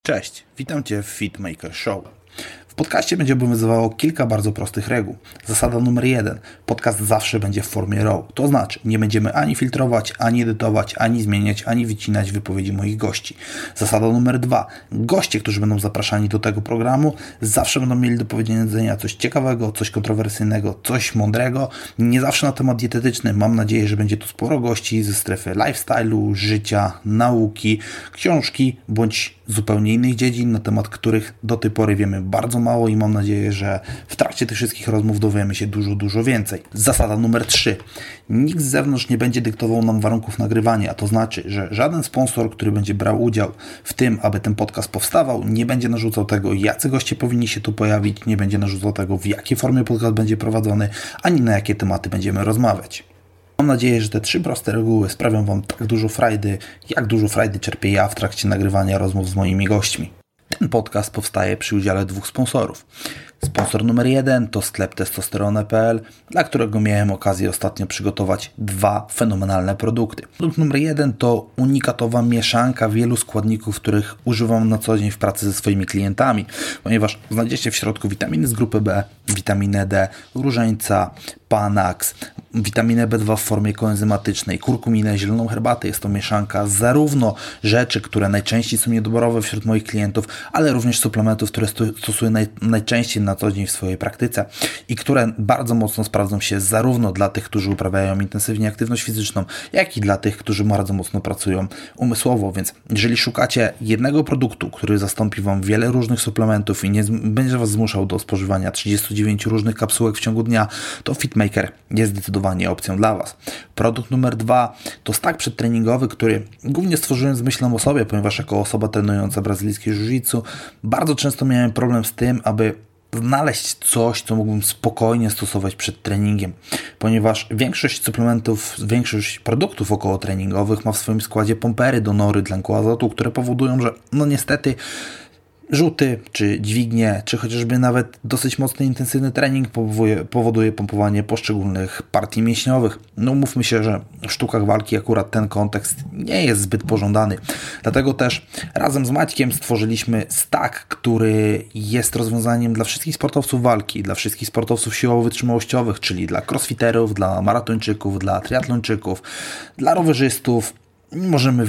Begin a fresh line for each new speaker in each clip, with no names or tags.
Cześć, witam Cię w FitMaker Show. W podcaście będzie obowiązywało kilka bardzo prostych reguł. Zasada numer 1. Podcast zawsze będzie w formie RAW. To znaczy, nie będziemy ani filtrować, ani edytować, ani zmieniać, ani wycinać wypowiedzi moich gości. Zasada numer 2. Goście, którzy będą zapraszani do tego programu, zawsze będą mieli do powiedzenia coś ciekawego, coś kontrowersyjnego, coś mądrego. Nie zawsze na temat dietetyczny. Mam nadzieję, że będzie tu sporo gości ze strefy lifestyle'u, życia, nauki, książki, bądź zupełnie innych dziedzin, na temat których do tej pory wiemy bardzo mało i mam nadzieję, że w trakcie tych wszystkich rozmów dowiemy się dużo więcej. Zasada numer 3. Nikt z zewnątrz nie będzie dyktował nam warunków nagrywania, a to znaczy, że żaden sponsor, który będzie brał udział w tym, aby ten podcast powstawał, nie będzie narzucał tego, jacy goście powinni się tu pojawić, nie będzie narzucał tego, w jakiej formie podcast będzie prowadzony, ani na jakie tematy będziemy rozmawiać. Mam nadzieję, że te 3 proste reguły sprawią Wam tak dużo frajdy, jak dużo frajdy czerpię ja w trakcie nagrywania rozmów z moimi gośćmi. Ten podcast powstaje przy udziale 2 sponsorów. Sponsor numer 1 to sklep testosterone.pl, dla którego miałem okazję ostatnio przygotować 2 fenomenalne produkty. Produkt numer 1 to unikatowa mieszanka wielu składników, których używam na co dzień w pracy ze swoimi klientami, ponieważ znajdziecie w środku witaminy z grupy B, witaminę D, różańca, Panax, witaminę B2 w formie koenzymatycznej, kurkuminę, zieloną herbatę. Jest to mieszanka zarówno rzeczy, które najczęściej są niedoborowe wśród moich klientów, ale również suplementów, które stosuję najczęściej na co dzień w swojej praktyce i które bardzo mocno sprawdzą się zarówno dla tych, którzy uprawiają intensywnie aktywność fizyczną, jak i dla tych, którzy bardzo mocno pracują umysłowo. Więc jeżeli szukacie jednego produktu, który zastąpi Wam wiele różnych suplementów i nie będzie Was zmuszał do spożywania 39 różnych kapsułek w ciągu dnia, to FitMaker jest zdecydowanie opcją dla Was. Produkt numer 2 to stack przedtreningowy, który głównie stworzyłem z myślą o sobie, ponieważ jako osoba trenująca brazylijskie jiu-jitsu bardzo często miałem problem z tym, aby znaleźć coś, co mógłbym spokojnie stosować przed treningiem, ponieważ większość suplementów, większość produktów okołotreningowych ma w swoim składzie pompery, donory tlenku azotu, które powodują, że niestety rzuty, czy dźwignie, czy chociażby nawet dosyć mocny, intensywny trening powoduje pompowanie poszczególnych partii mięśniowych. Umówmy się, że w sztukach walki akurat ten kontekst nie jest zbyt pożądany. Dlatego też razem z Maćkiem stworzyliśmy stack, który jest rozwiązaniem dla wszystkich sportowców walki, dla wszystkich sportowców siłowo-wytrzymałościowych, czyli dla crossfiterów, dla maratończyków, dla triatlończyków, dla rowerzystów. Możemy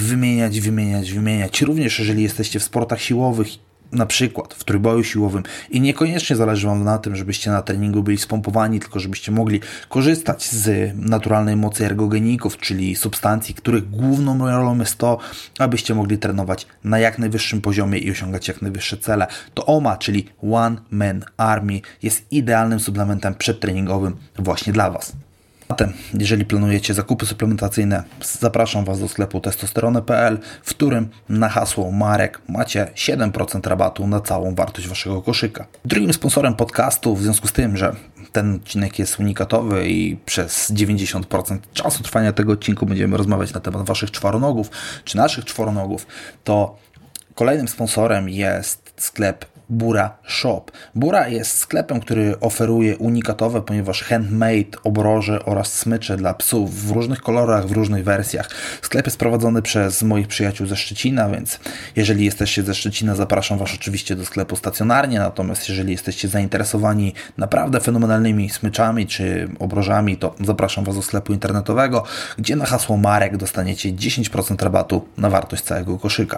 wymieniać. Również jeżeli jesteście w sportach siłowych, na przykład w trójboju siłowym i niekoniecznie zależy Wam na tym, żebyście na treningu byli spompowani, tylko żebyście mogli korzystać z naturalnej mocy ergogeników, czyli substancji, których główną rolą jest to, abyście mogli trenować na jak najwyższym poziomie i osiągać jak najwyższe cele. To OMA, czyli One Man Army, jest idealnym suplementem przedtreningowym właśnie dla Was. Zatem, jeżeli planujecie zakupy suplementacyjne, zapraszam Was do sklepu testosterone.pl, w którym na hasło Marek macie 7% rabatu na całą wartość Waszego koszyka. Drugim sponsorem podcastu, w związku z tym, że ten odcinek jest unikatowy i przez 90% czasu trwania tego odcinku będziemy rozmawiać na temat Waszych czworonogów, czy naszych czworonogów, to kolejnym sponsorem jest sklep Bura Shop. Bura jest sklepem, który oferuje unikatowe, ponieważ handmade obroże oraz smycze dla psów w różnych kolorach, w różnych wersjach. Sklep jest prowadzony przez moich przyjaciół ze Szczecina, więc jeżeli jesteście ze Szczecina, zapraszam Was oczywiście do sklepu stacjonarnie, natomiast jeżeli jesteście zainteresowani naprawdę fenomenalnymi smyczami czy obrożami, to zapraszam Was do sklepu internetowego, gdzie na hasło Marek dostaniecie 10% rabatu na wartość całego koszyka.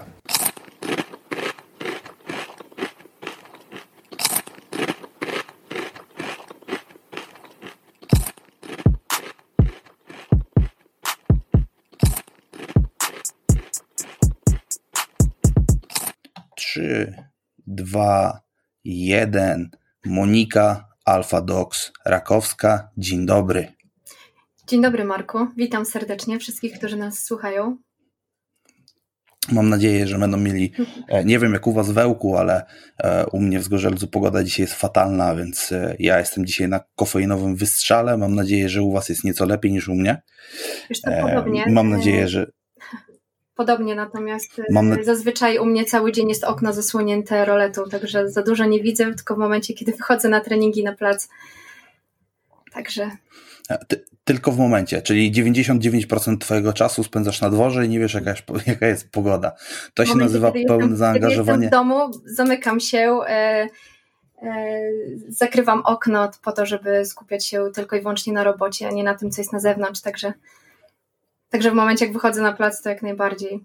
3, 2, 1. Monika Alpha Dogs Rakowska. Dzień dobry.
Dzień dobry, Marku. Witam serdecznie wszystkich, którzy nas słuchają.
Mam nadzieję, że będą mieli, nie wiem jak u Was w Ełku, ale u mnie w Zgorzelcu pogoda dzisiaj jest fatalna, więc ja jestem dzisiaj na kofeinowym wystrzale. Mam nadzieję, że u Was jest nieco lepiej niż u mnie.
Wiesz, to podobnie.
Mam nadzieję, że...
Podobnie, natomiast zazwyczaj u mnie cały dzień jest okno zasłonięte roletą, także za dużo nie widzę, tylko w momencie, kiedy wychodzę na treningi na plac. Także...
tylko w momencie, czyli 99% twojego czasu spędzasz na dworze i nie wiesz, jaka jest pogoda. To się nazywa pełne zaangażowanie.
Kiedy jestem w domu, zamykam się, zakrywam okno po to, żeby skupiać się tylko i wyłącznie na robocie, a nie na tym, co jest na zewnątrz. Także w momencie, jak wychodzę na plac, to jak najbardziej.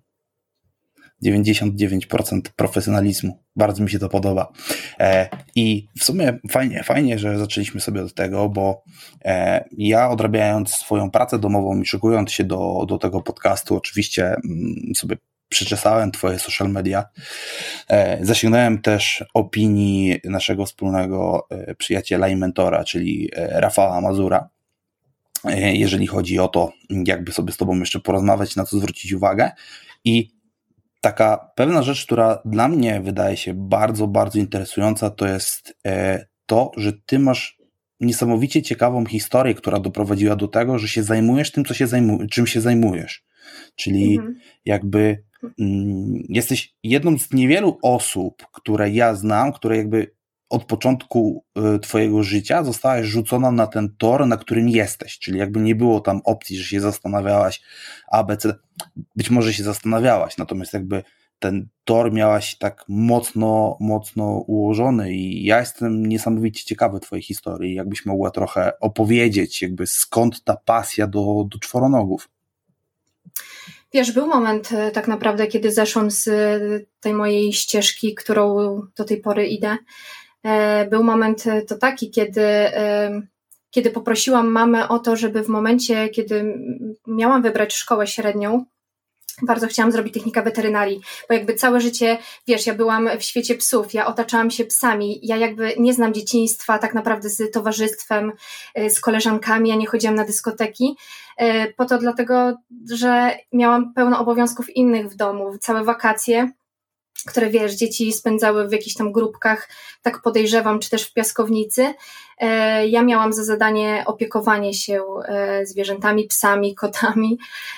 99% profesjonalizmu. Bardzo mi się to podoba. I w sumie fajnie, że zaczęliśmy sobie od tego, bo ja odrabiając swoją pracę domową i szykując się do tego podcastu, oczywiście sobie przeczesałem twoje social media. Zasięgnąłem też opinii naszego wspólnego przyjaciela i mentora, czyli Rafała Mazura, jeżeli chodzi o to, jakby sobie z tobą jeszcze porozmawiać, na co zwrócić uwagę. I taka pewna rzecz, która dla mnie wydaje się bardzo, bardzo interesująca, to jest to, że ty masz niesamowicie ciekawą historię, która doprowadziła do tego, że się zajmujesz tym, czym się zajmujesz. Czyli jakby jesteś jedną z niewielu osób, które ja znam, które jakby od początku twojego życia zostałaś rzucona na ten tor, na którym jesteś, czyli jakby nie było tam opcji, że się zastanawiałaś ABC, być może się zastanawiałaś, natomiast jakby ten tor miałaś tak mocno ułożony i ja jestem niesamowicie ciekawy twojej historii, jakbyś mogła trochę opowiedzieć, jakby skąd ta pasja do czworonogów.
Wiesz, był moment tak naprawdę, kiedy zeszłam z tej mojej ścieżki, którą do tej pory idę. Był moment to taki, kiedy poprosiłam mamę o to, żeby w momencie, kiedy miałam wybrać szkołę średnią, bardzo chciałam zrobić technika weterynarii, bo jakby całe życie, wiesz, ja byłam w świecie psów, ja otaczałam się psami, ja jakby nie znam dzieciństwa tak naprawdę z towarzystwem, z koleżankami, ja nie chodziłam na dyskoteki, po to dlatego, że miałam pełno obowiązków innych w domu, całe wakacje, które wiesz, dzieci spędzały w jakichś tam grupkach, tak podejrzewam, czy też w piaskownicy. Ja miałam za zadanie opiekowanie się zwierzętami, psami, kotami.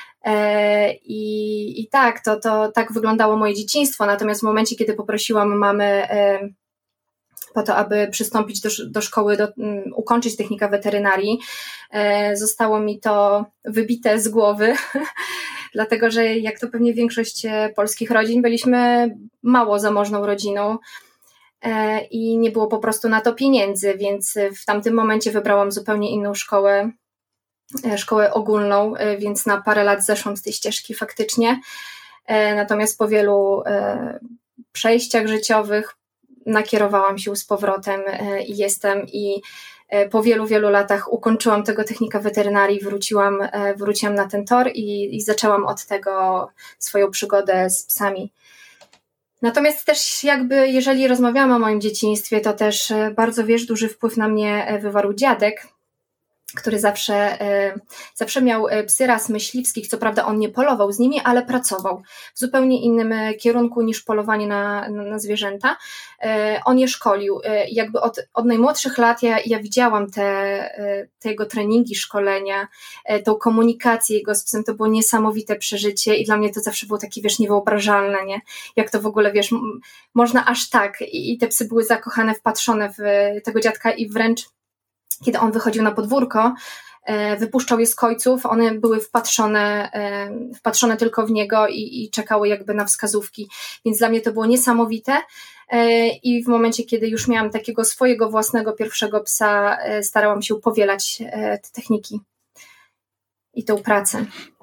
I tak, to tak wyglądało moje dzieciństwo, natomiast w momencie, kiedy poprosiłam mamę po to, aby przystąpić do szkoły, ukończyć technika weterynarii, zostało mi to wybite z głowy, dlatego że jak to pewnie większość polskich rodzin, byliśmy mało zamożną rodziną i nie było po prostu na to pieniędzy, więc w tamtym momencie wybrałam zupełnie inną szkołę ogólną, więc na parę lat zeszłam z tej ścieżki faktycznie. Natomiast po wielu przejściach życiowych nakierowałam się z powrotem i po wielu, wielu latach ukończyłam tego technika weterynarii, wróciłam na ten tor i zaczęłam od tego swoją przygodę z psami. Natomiast też jakby, jeżeli rozmawiamy o moim dzieciństwie, to też bardzo, duży wpływ na mnie wywarł dziadek, który zawsze miał psy ras myśliwskich, co prawda on nie polował z nimi, ale pracował w zupełnie innym kierunku niż polowanie na zwierzęta. On je szkolił. Jakby od najmłodszych lat ja widziałam te jego treningi, szkolenia, tą komunikację jego z psem, to było niesamowite przeżycie i dla mnie to zawsze było takie, wiesz, niewyobrażalne, nie? Jak to w ogóle, wiesz, można aż tak i te psy były zakochane, wpatrzone w tego dziadka i wręcz kiedy on wychodził na podwórko, wypuszczał je z kojców, one były wpatrzone tylko w niego i czekały jakby na wskazówki, więc dla mnie to było niesamowite i w momencie, kiedy już miałam takiego swojego własnego pierwszego psa, starałam się powielać te techniki i tą pracę.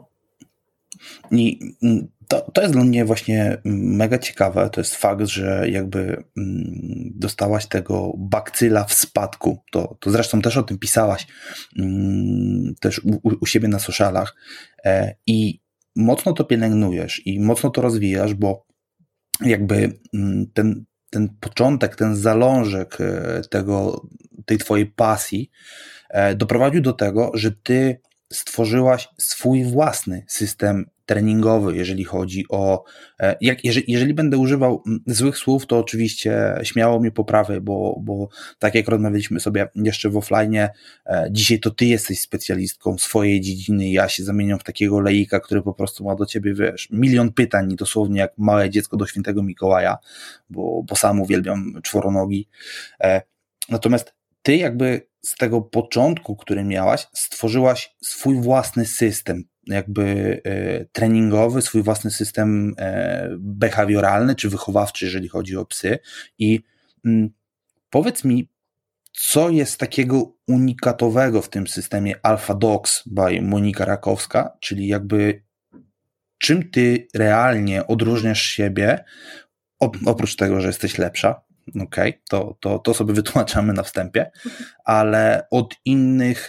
I to jest dla mnie właśnie mega ciekawe, to jest fakt, że jakby dostałaś tego bakcyla w spadku, to zresztą też o tym pisałaś też u siebie na socialach i mocno to pielęgnujesz i mocno to rozwijasz, bo jakby ten początek, ten zalążek tej twojej pasji doprowadził do tego, że ty stworzyłaś swój własny system treningowy, jeżeli chodzi o... Jeżeli będę używał złych słów, to oczywiście śmiało mnie poprawy, bo tak jak rozmawialiśmy sobie jeszcze w offline, dzisiaj to ty jesteś specjalistką swojej dziedziny, ja się zamieniam w takiego laika, który po prostu ma do ciebie, wiesz, milion pytań, dosłownie jak małe dziecko do świętego Mikołaja, bo sam uwielbiam czworonogi. Natomiast ty jakby z tego początku, który miałaś, stworzyłaś swój własny system, jakby treningowy, swój własny system behawioralny czy wychowawczy, jeżeli chodzi o psy. I powiedz mi, co jest takiego unikatowego w tym systemie Alpha Dogs by Monika Rakowska, czyli jakby czym ty realnie odróżniasz siebie, oprócz tego, że jesteś lepsza, okej, to sobie wytłumaczamy na wstępie, ale od innych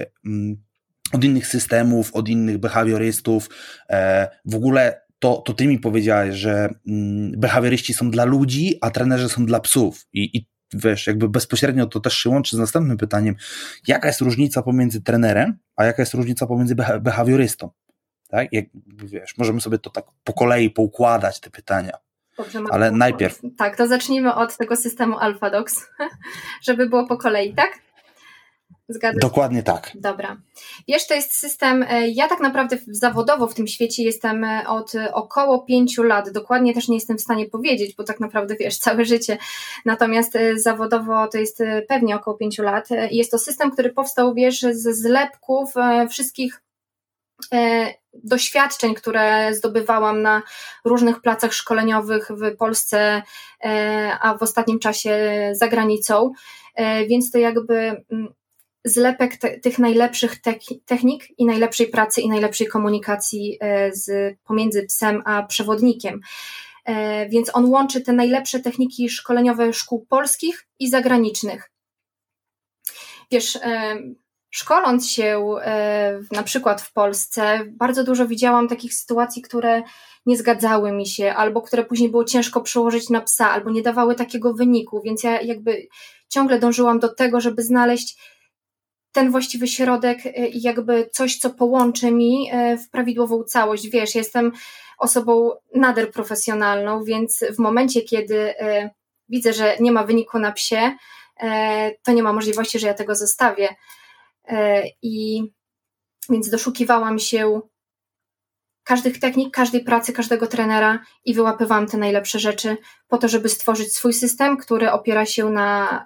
systemów, od innych behawiorystów, w ogóle to ty mi powiedziałeś, że behawioryści są dla ludzi, a trenerzy są dla psów i wiesz, jakby bezpośrednio to też się łączy z następnym pytaniem, jaka jest różnica pomiędzy trenerem, a jaka jest różnica pomiędzy behawiorystą, tak? Jak, wiesz, możemy sobie to tak po kolei poukładać te pytania.
Dobrze,
ale najpierw.
Tak, to zacznijmy od tego systemu Alpha Dogs, żeby było po kolei, tak? Zgadzasz?
Dokładnie tak.
Dobra. Wiesz, to jest system, ja tak naprawdę zawodowo w tym świecie jestem od około 5 lat, dokładnie też nie jestem w stanie powiedzieć, bo tak naprawdę wiesz, całe życie, natomiast zawodowo to jest pewnie około 5 lat. Jest to system, który powstał, wiesz, ze zlepków wszystkich doświadczeń, które zdobywałam na różnych placach szkoleniowych w Polsce, a w ostatnim czasie za granicą, więc to jakby zlepek tych najlepszych technik i najlepszej pracy i najlepszej komunikacji pomiędzy psem a przewodnikiem. Więc on łączy te najlepsze techniki szkoleniowe szkół polskich i zagranicznych. Wiesz, szkoląc się na przykład w Polsce, bardzo dużo widziałam takich sytuacji, które nie zgadzały mi się, albo które później było ciężko przełożyć na psa, albo nie dawały takiego wyniku, więc ja jakby ciągle dążyłam do tego, żeby znaleźć ten właściwy środek i jakby coś, co połączy mi w prawidłową całość. Wiesz, jestem osobą nader profesjonalną, więc w momencie, kiedy widzę, że nie ma wyniku na psie, to nie ma możliwości, że ja tego zostawię. I więc doszukiwałam się każdych technik, każdej pracy, każdego trenera i wyłapywałam te najlepsze rzeczy po to, żeby stworzyć swój system, który opiera się na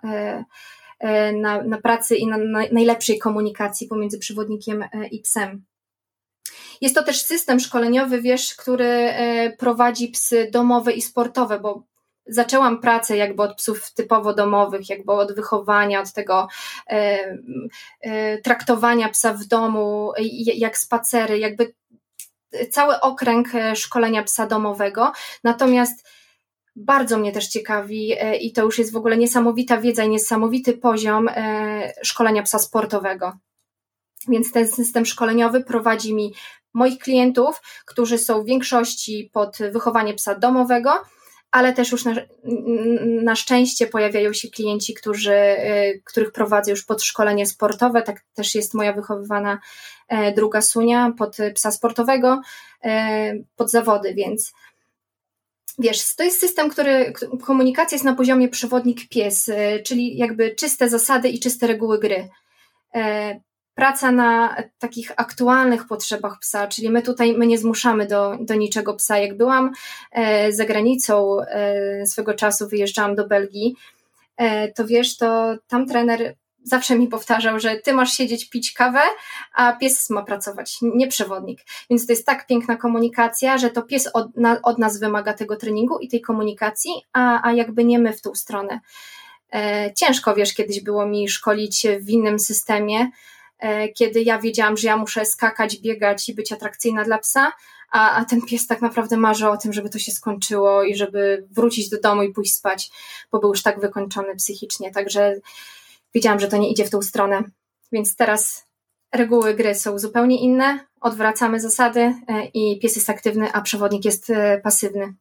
pracy i na najlepszej komunikacji pomiędzy przewodnikiem i psem. Jest to też system szkoleniowy, wiesz, który prowadzi psy domowe i sportowe, bo zaczęłam pracę jakby od psów typowo domowych, jakby od wychowania, od tego traktowania psa w domu, jak spacery, jakby cały okręg szkolenia psa domowego. Natomiast bardzo mnie też ciekawi i to już jest w ogóle niesamowita wiedza i niesamowity poziom szkolenia psa sportowego. Więc ten system szkoleniowy prowadzi mi moich klientów, którzy są w większości pod wychowanie psa domowego, ale też już na szczęście pojawiają się klienci, których prowadzę już pod szkolenie sportowe. Tak też jest moja wychowywana druga Sunia pod psa sportowego, pod zawody, więc wiesz, to jest system, komunikacja jest na poziomie przewodnik-pies, czyli jakby czyste zasady i czyste reguły gry. Praca na takich aktualnych potrzebach psa, czyli my nie zmuszamy do niczego psa. Jak byłam za granicą swego czasu, wyjeżdżałam do Belgii, to wiesz, to tam trener zawsze mi powtarzał, że ty masz siedzieć, pić kawę, a pies ma pracować, nie przewodnik. Więc to jest tak piękna komunikacja, że to pies od nas wymaga tego treningu i tej komunikacji, a jakby nie my w tą stronę. Ciężko, wiesz, kiedyś było mi szkolić się w innym systemie, kiedy ja wiedziałam, że ja muszę skakać, biegać i być atrakcyjna dla psa, a ten pies tak naprawdę marzy o tym, żeby to się skończyło i żeby wrócić do domu i pójść spać, bo był już tak wykończony psychicznie, także wiedziałam, że to nie idzie w tą stronę, więc teraz reguły gry są zupełnie inne, odwracamy zasady i pies jest aktywny, a przewodnik jest pasywny.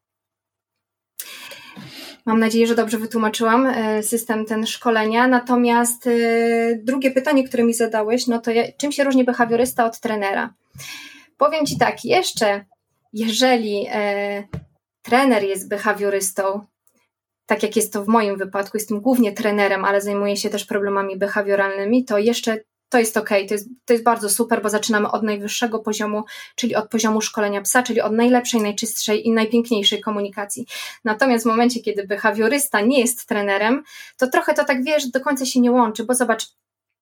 Mam nadzieję, że dobrze wytłumaczyłam system ten szkolenia, natomiast drugie pytanie, które mi zadałeś, no to czym się różni behawiorysta od trenera? Powiem Ci tak, jeszcze jeżeli trener jest behawiorystą, tak jak jest to w moim wypadku, jestem głównie trenerem, ale zajmuję się też problemami behawioralnymi, to jeszcze to jest okej, to jest bardzo super, bo zaczynamy od najwyższego poziomu, czyli od poziomu szkolenia psa, czyli od najlepszej, najczystszej i najpiękniejszej komunikacji. Natomiast w momencie, kiedy behawiorysta nie jest trenerem, to trochę to tak, wiesz, do końca się nie łączy, bo zobacz,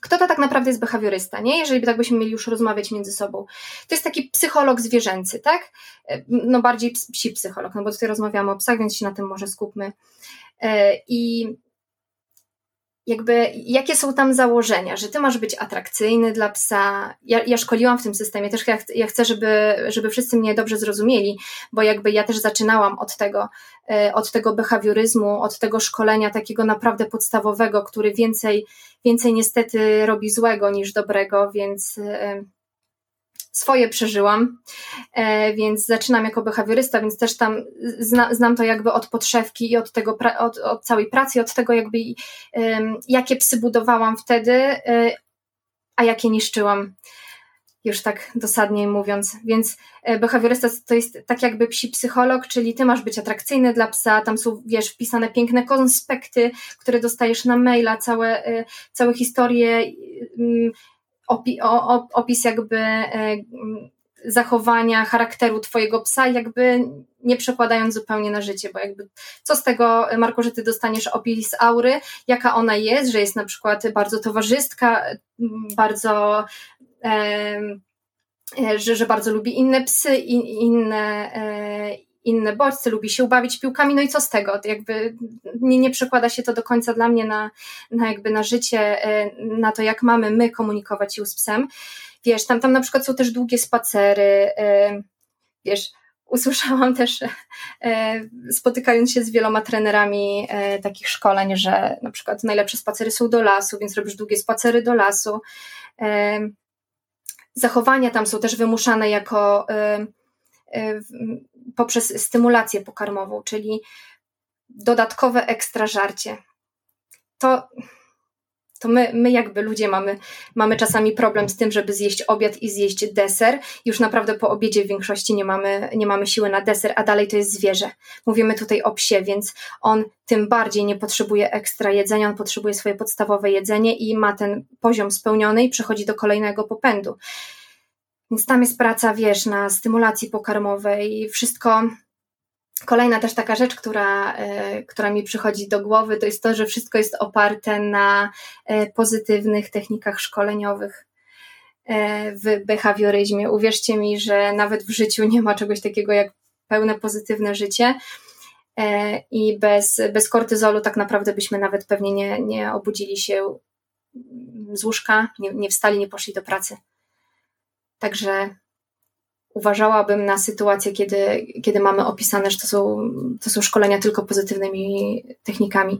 kto to tak naprawdę jest behawiorysta, nie? Jeżeli tak byśmy mieli już rozmawiać między sobą. To jest taki psycholog zwierzęcy, tak? No bardziej psi psycholog, no bo tutaj rozmawiamy o psach, więc się na tym może skupmy. I jakby jakie są tam założenia, że ty masz być atrakcyjny dla psa. Ja szkoliłam w tym systemie, też ja chcę, żeby wszyscy mnie dobrze zrozumieli, bo jakby ja też zaczynałam od tego behawioryzmu, od tego szkolenia takiego naprawdę podstawowego, który więcej niestety robi złego niż dobrego, więc swoje przeżyłam, więc zaczynam jako behawiorysta, więc też tam znam to jakby od podszewki i od tego, od całej pracy, od tego jakby jakie psy budowałam wtedy, a jakie niszczyłam, już tak dosadniej mówiąc, więc behawiorysta to jest tak jakby psi psycholog, czyli ty masz być atrakcyjny dla psa, tam są, wiesz, wpisane piękne konspekty, które dostajesz na maila, całe historie, opis jakby zachowania, charakteru twojego psa, jakby nie przekładając zupełnie na życie, bo jakby co z tego, Marku, że ty dostaniesz opis aury, jaka ona jest, że jest na przykład bardzo towarzystka, bardzo że bardzo lubi inne psy, inne bodźce, lubi się bawić piłkami, no i co z tego? Jakby nie przekłada się to do końca dla mnie na życie, na to, jak mamy my komunikować się z psem. Wiesz, tam na przykład są też długie spacery, wiesz, usłyszałam też, spotykając się z wieloma trenerami takich szkoleń, że na przykład najlepsze spacery są do lasu, więc robisz długie spacery do lasu. Zachowania tam są też wymuszane poprzez stymulację pokarmową, czyli dodatkowe ekstra żarcie. To my jakby ludzie mamy czasami problem z tym, żeby zjeść obiad i zjeść deser. Już naprawdę po obiedzie w większości nie mamy siły na deser, a dalej to jest zwierzę. Mówimy tutaj o psie, więc on tym bardziej nie potrzebuje ekstra jedzenia, on potrzebuje swoje podstawowe jedzenie i ma ten poziom spełniony i przechodzi do kolejnego popędu. Więc tam jest praca, wiesz, na stymulacji pokarmowej, wszystko. Kolejna też taka rzecz, która mi przychodzi do głowy, to jest to, że wszystko jest oparte na pozytywnych technikach szkoleniowych w behawioryzmie. Uwierzcie mi, że nawet w życiu nie ma czegoś takiego jak pełne pozytywne życie i bez kortyzolu tak naprawdę byśmy nawet pewnie nie obudzili się z łóżka, nie wstali, nie poszli do pracy. Także uważałabym na sytuację, kiedy mamy opisane, że to są szkolenia tylko pozytywnymi technikami.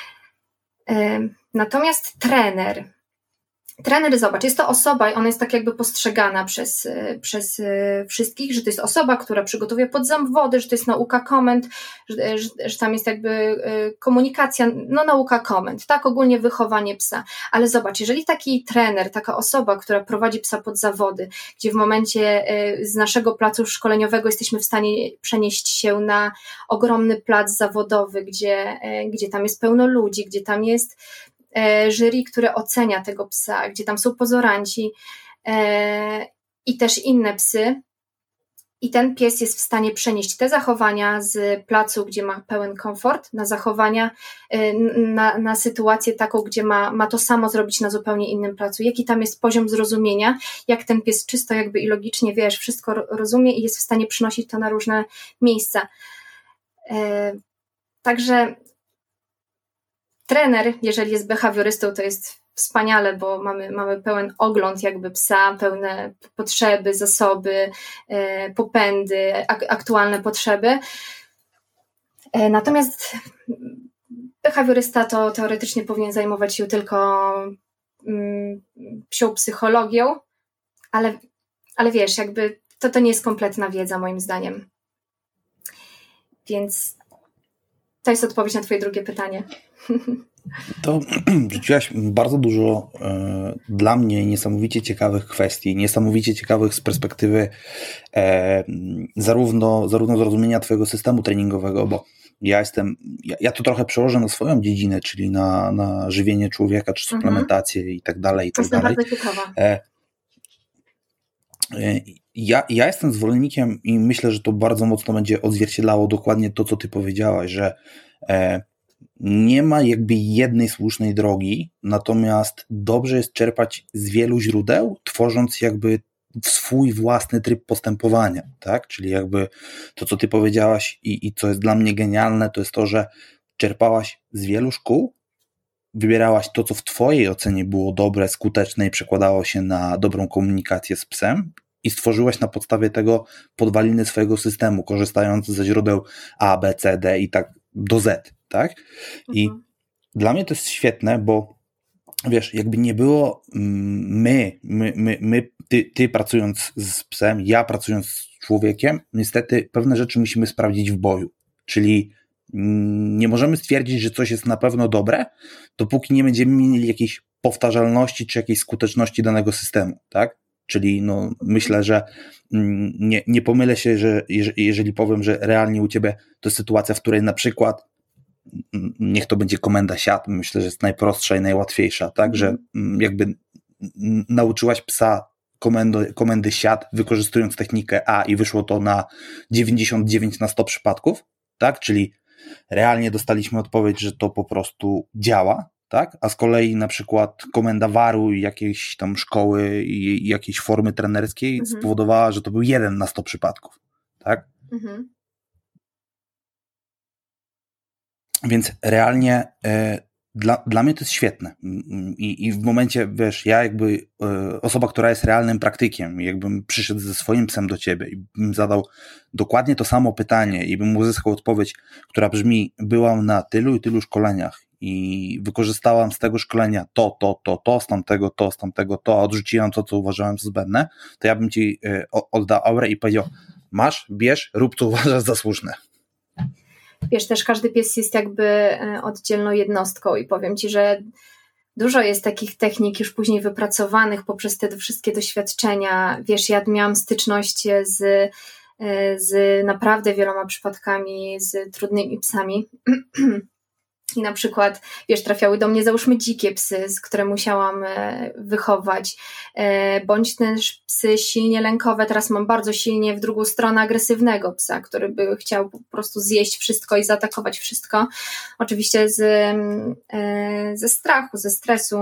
Natomiast trener, zobacz, jest to osoba, ona jest tak jakby postrzegana przez wszystkich, że to jest osoba, która przygotowuje podzawody, że to jest nauka komend, że tam jest jakby komunikacja, no nauka komend, tak, ogólnie wychowanie psa. Ale zobacz, jeżeli taki trener, taka osoba, która prowadzi psa pod zawody, gdzie w momencie z naszego placu szkoleniowego jesteśmy w stanie przenieść się na ogromny plac zawodowy, gdzie tam jest pełno ludzi, gdzie tam jest jury, które ocenia tego psa, gdzie tam są pozoranci i też inne psy i ten pies jest w stanie przenieść te zachowania z placu, gdzie ma pełen komfort, na zachowania, na sytuację taką, gdzie ma to samo zrobić na zupełnie innym placu. Jaki tam jest poziom zrozumienia, jak ten pies czysto jakby i logicznie, wiesz, wszystko rozumie i jest w stanie przynosić to na różne miejsca. Także trener, jeżeli jest behawiorystą, to jest wspaniale, bo mamy pełen ogląd jakby psa, pełne potrzeby, zasoby, popędy, aktualne potrzeby. Natomiast behawiorysta to teoretycznie powinien zajmować się tylko psią psychologią, ale wiesz, jakby to nie jest kompletna wiedza moim zdaniem. Więc to jest odpowiedź na twoje drugie pytanie.
To rzuciłaś bardzo dużo dla mnie niesamowicie ciekawych kwestii, niesamowicie ciekawych z perspektywy zarówno zrozumienia twojego systemu treningowego, bo ja to trochę przełożę na swoją dziedzinę, czyli na żywienie człowieka, czy suplementację i tak dalej, i tak dalej.
To jest bardzo ciekawe.
Ja jestem zwolennikiem i myślę, że to bardzo mocno będzie odzwierciedlało dokładnie to, co ty powiedziałaś, że nie ma jakby jednej słusznej drogi, natomiast dobrze jest czerpać z wielu źródeł, tworząc jakby swój własny tryb postępowania, tak? Czyli jakby to, co ty powiedziałaś i co jest dla mnie genialne, to jest to, że czerpałaś z wielu szkół, wybierałaś to, co w twojej ocenie było dobre, skuteczne i przekładało się na dobrą komunikację z psem i stworzyłaś na podstawie tego podwaliny swojego systemu, korzystając ze źródeł A, B, C, D i tak do Z, tak? I dla mnie to jest świetne, bo wiesz, jakby nie było ty pracując z psem, ja pracując z człowiekiem, niestety pewne rzeczy musimy sprawdzić w boju, czyli nie możemy stwierdzić, że coś jest na pewno dobre, dopóki nie będziemy mieli jakiejś powtarzalności czy jakiejś skuteczności danego systemu, tak? Czyli myślę, że nie pomylę się, że jeżeli powiem, że realnie u ciebie to jest sytuacja, w której na przykład niech to będzie komenda siat, myślę, że jest najprostsza i najłatwiejsza, tak? Że jakby nauczyłaś psa komendy siat, wykorzystując technikę A i wyszło to na 99 na 100 przypadków, tak? Czyli realnie dostaliśmy odpowiedź, że to po prostu działa, tak? A z kolei na przykład komenda waru i jakiejś tam szkoły i jakiejś formy trenerskiej spowodowała, że to był 1 na 100 przypadków, tak? Więc realnie dla mnie to jest świetne i w momencie, wiesz, ja jakby osoba, która jest realnym praktykiem, jakbym przyszedł ze swoim psem do ciebie i bym zadał dokładnie to samo pytanie i bym uzyskał odpowiedź, która brzmi, byłam na tylu i tylu szkoleniach i wykorzystałam z tego szkolenia z tamtego, a odrzuciłam to, co uważałem za zbędne, to ja bym ci oddał aurę i powiedział, masz, bierz, rób, co uważasz za słuszne.
Wiesz, też każdy pies jest jakby oddzielną jednostką i powiem ci, że dużo jest takich technik już później wypracowanych poprzez te wszystkie doświadczenia. Wiesz, ja miałam styczność z naprawdę wieloma przypadkami, z trudnymi psami. I na przykład, wiesz, trafiały do mnie, załóżmy, dzikie psy, które musiałam wychować, bądź też psy silnie lękowe. Teraz mam bardzo silnie w drugą stronę agresywnego psa, który by chciał po prostu zjeść wszystko i zaatakować wszystko. Oczywiście ze strachu, ze stresu.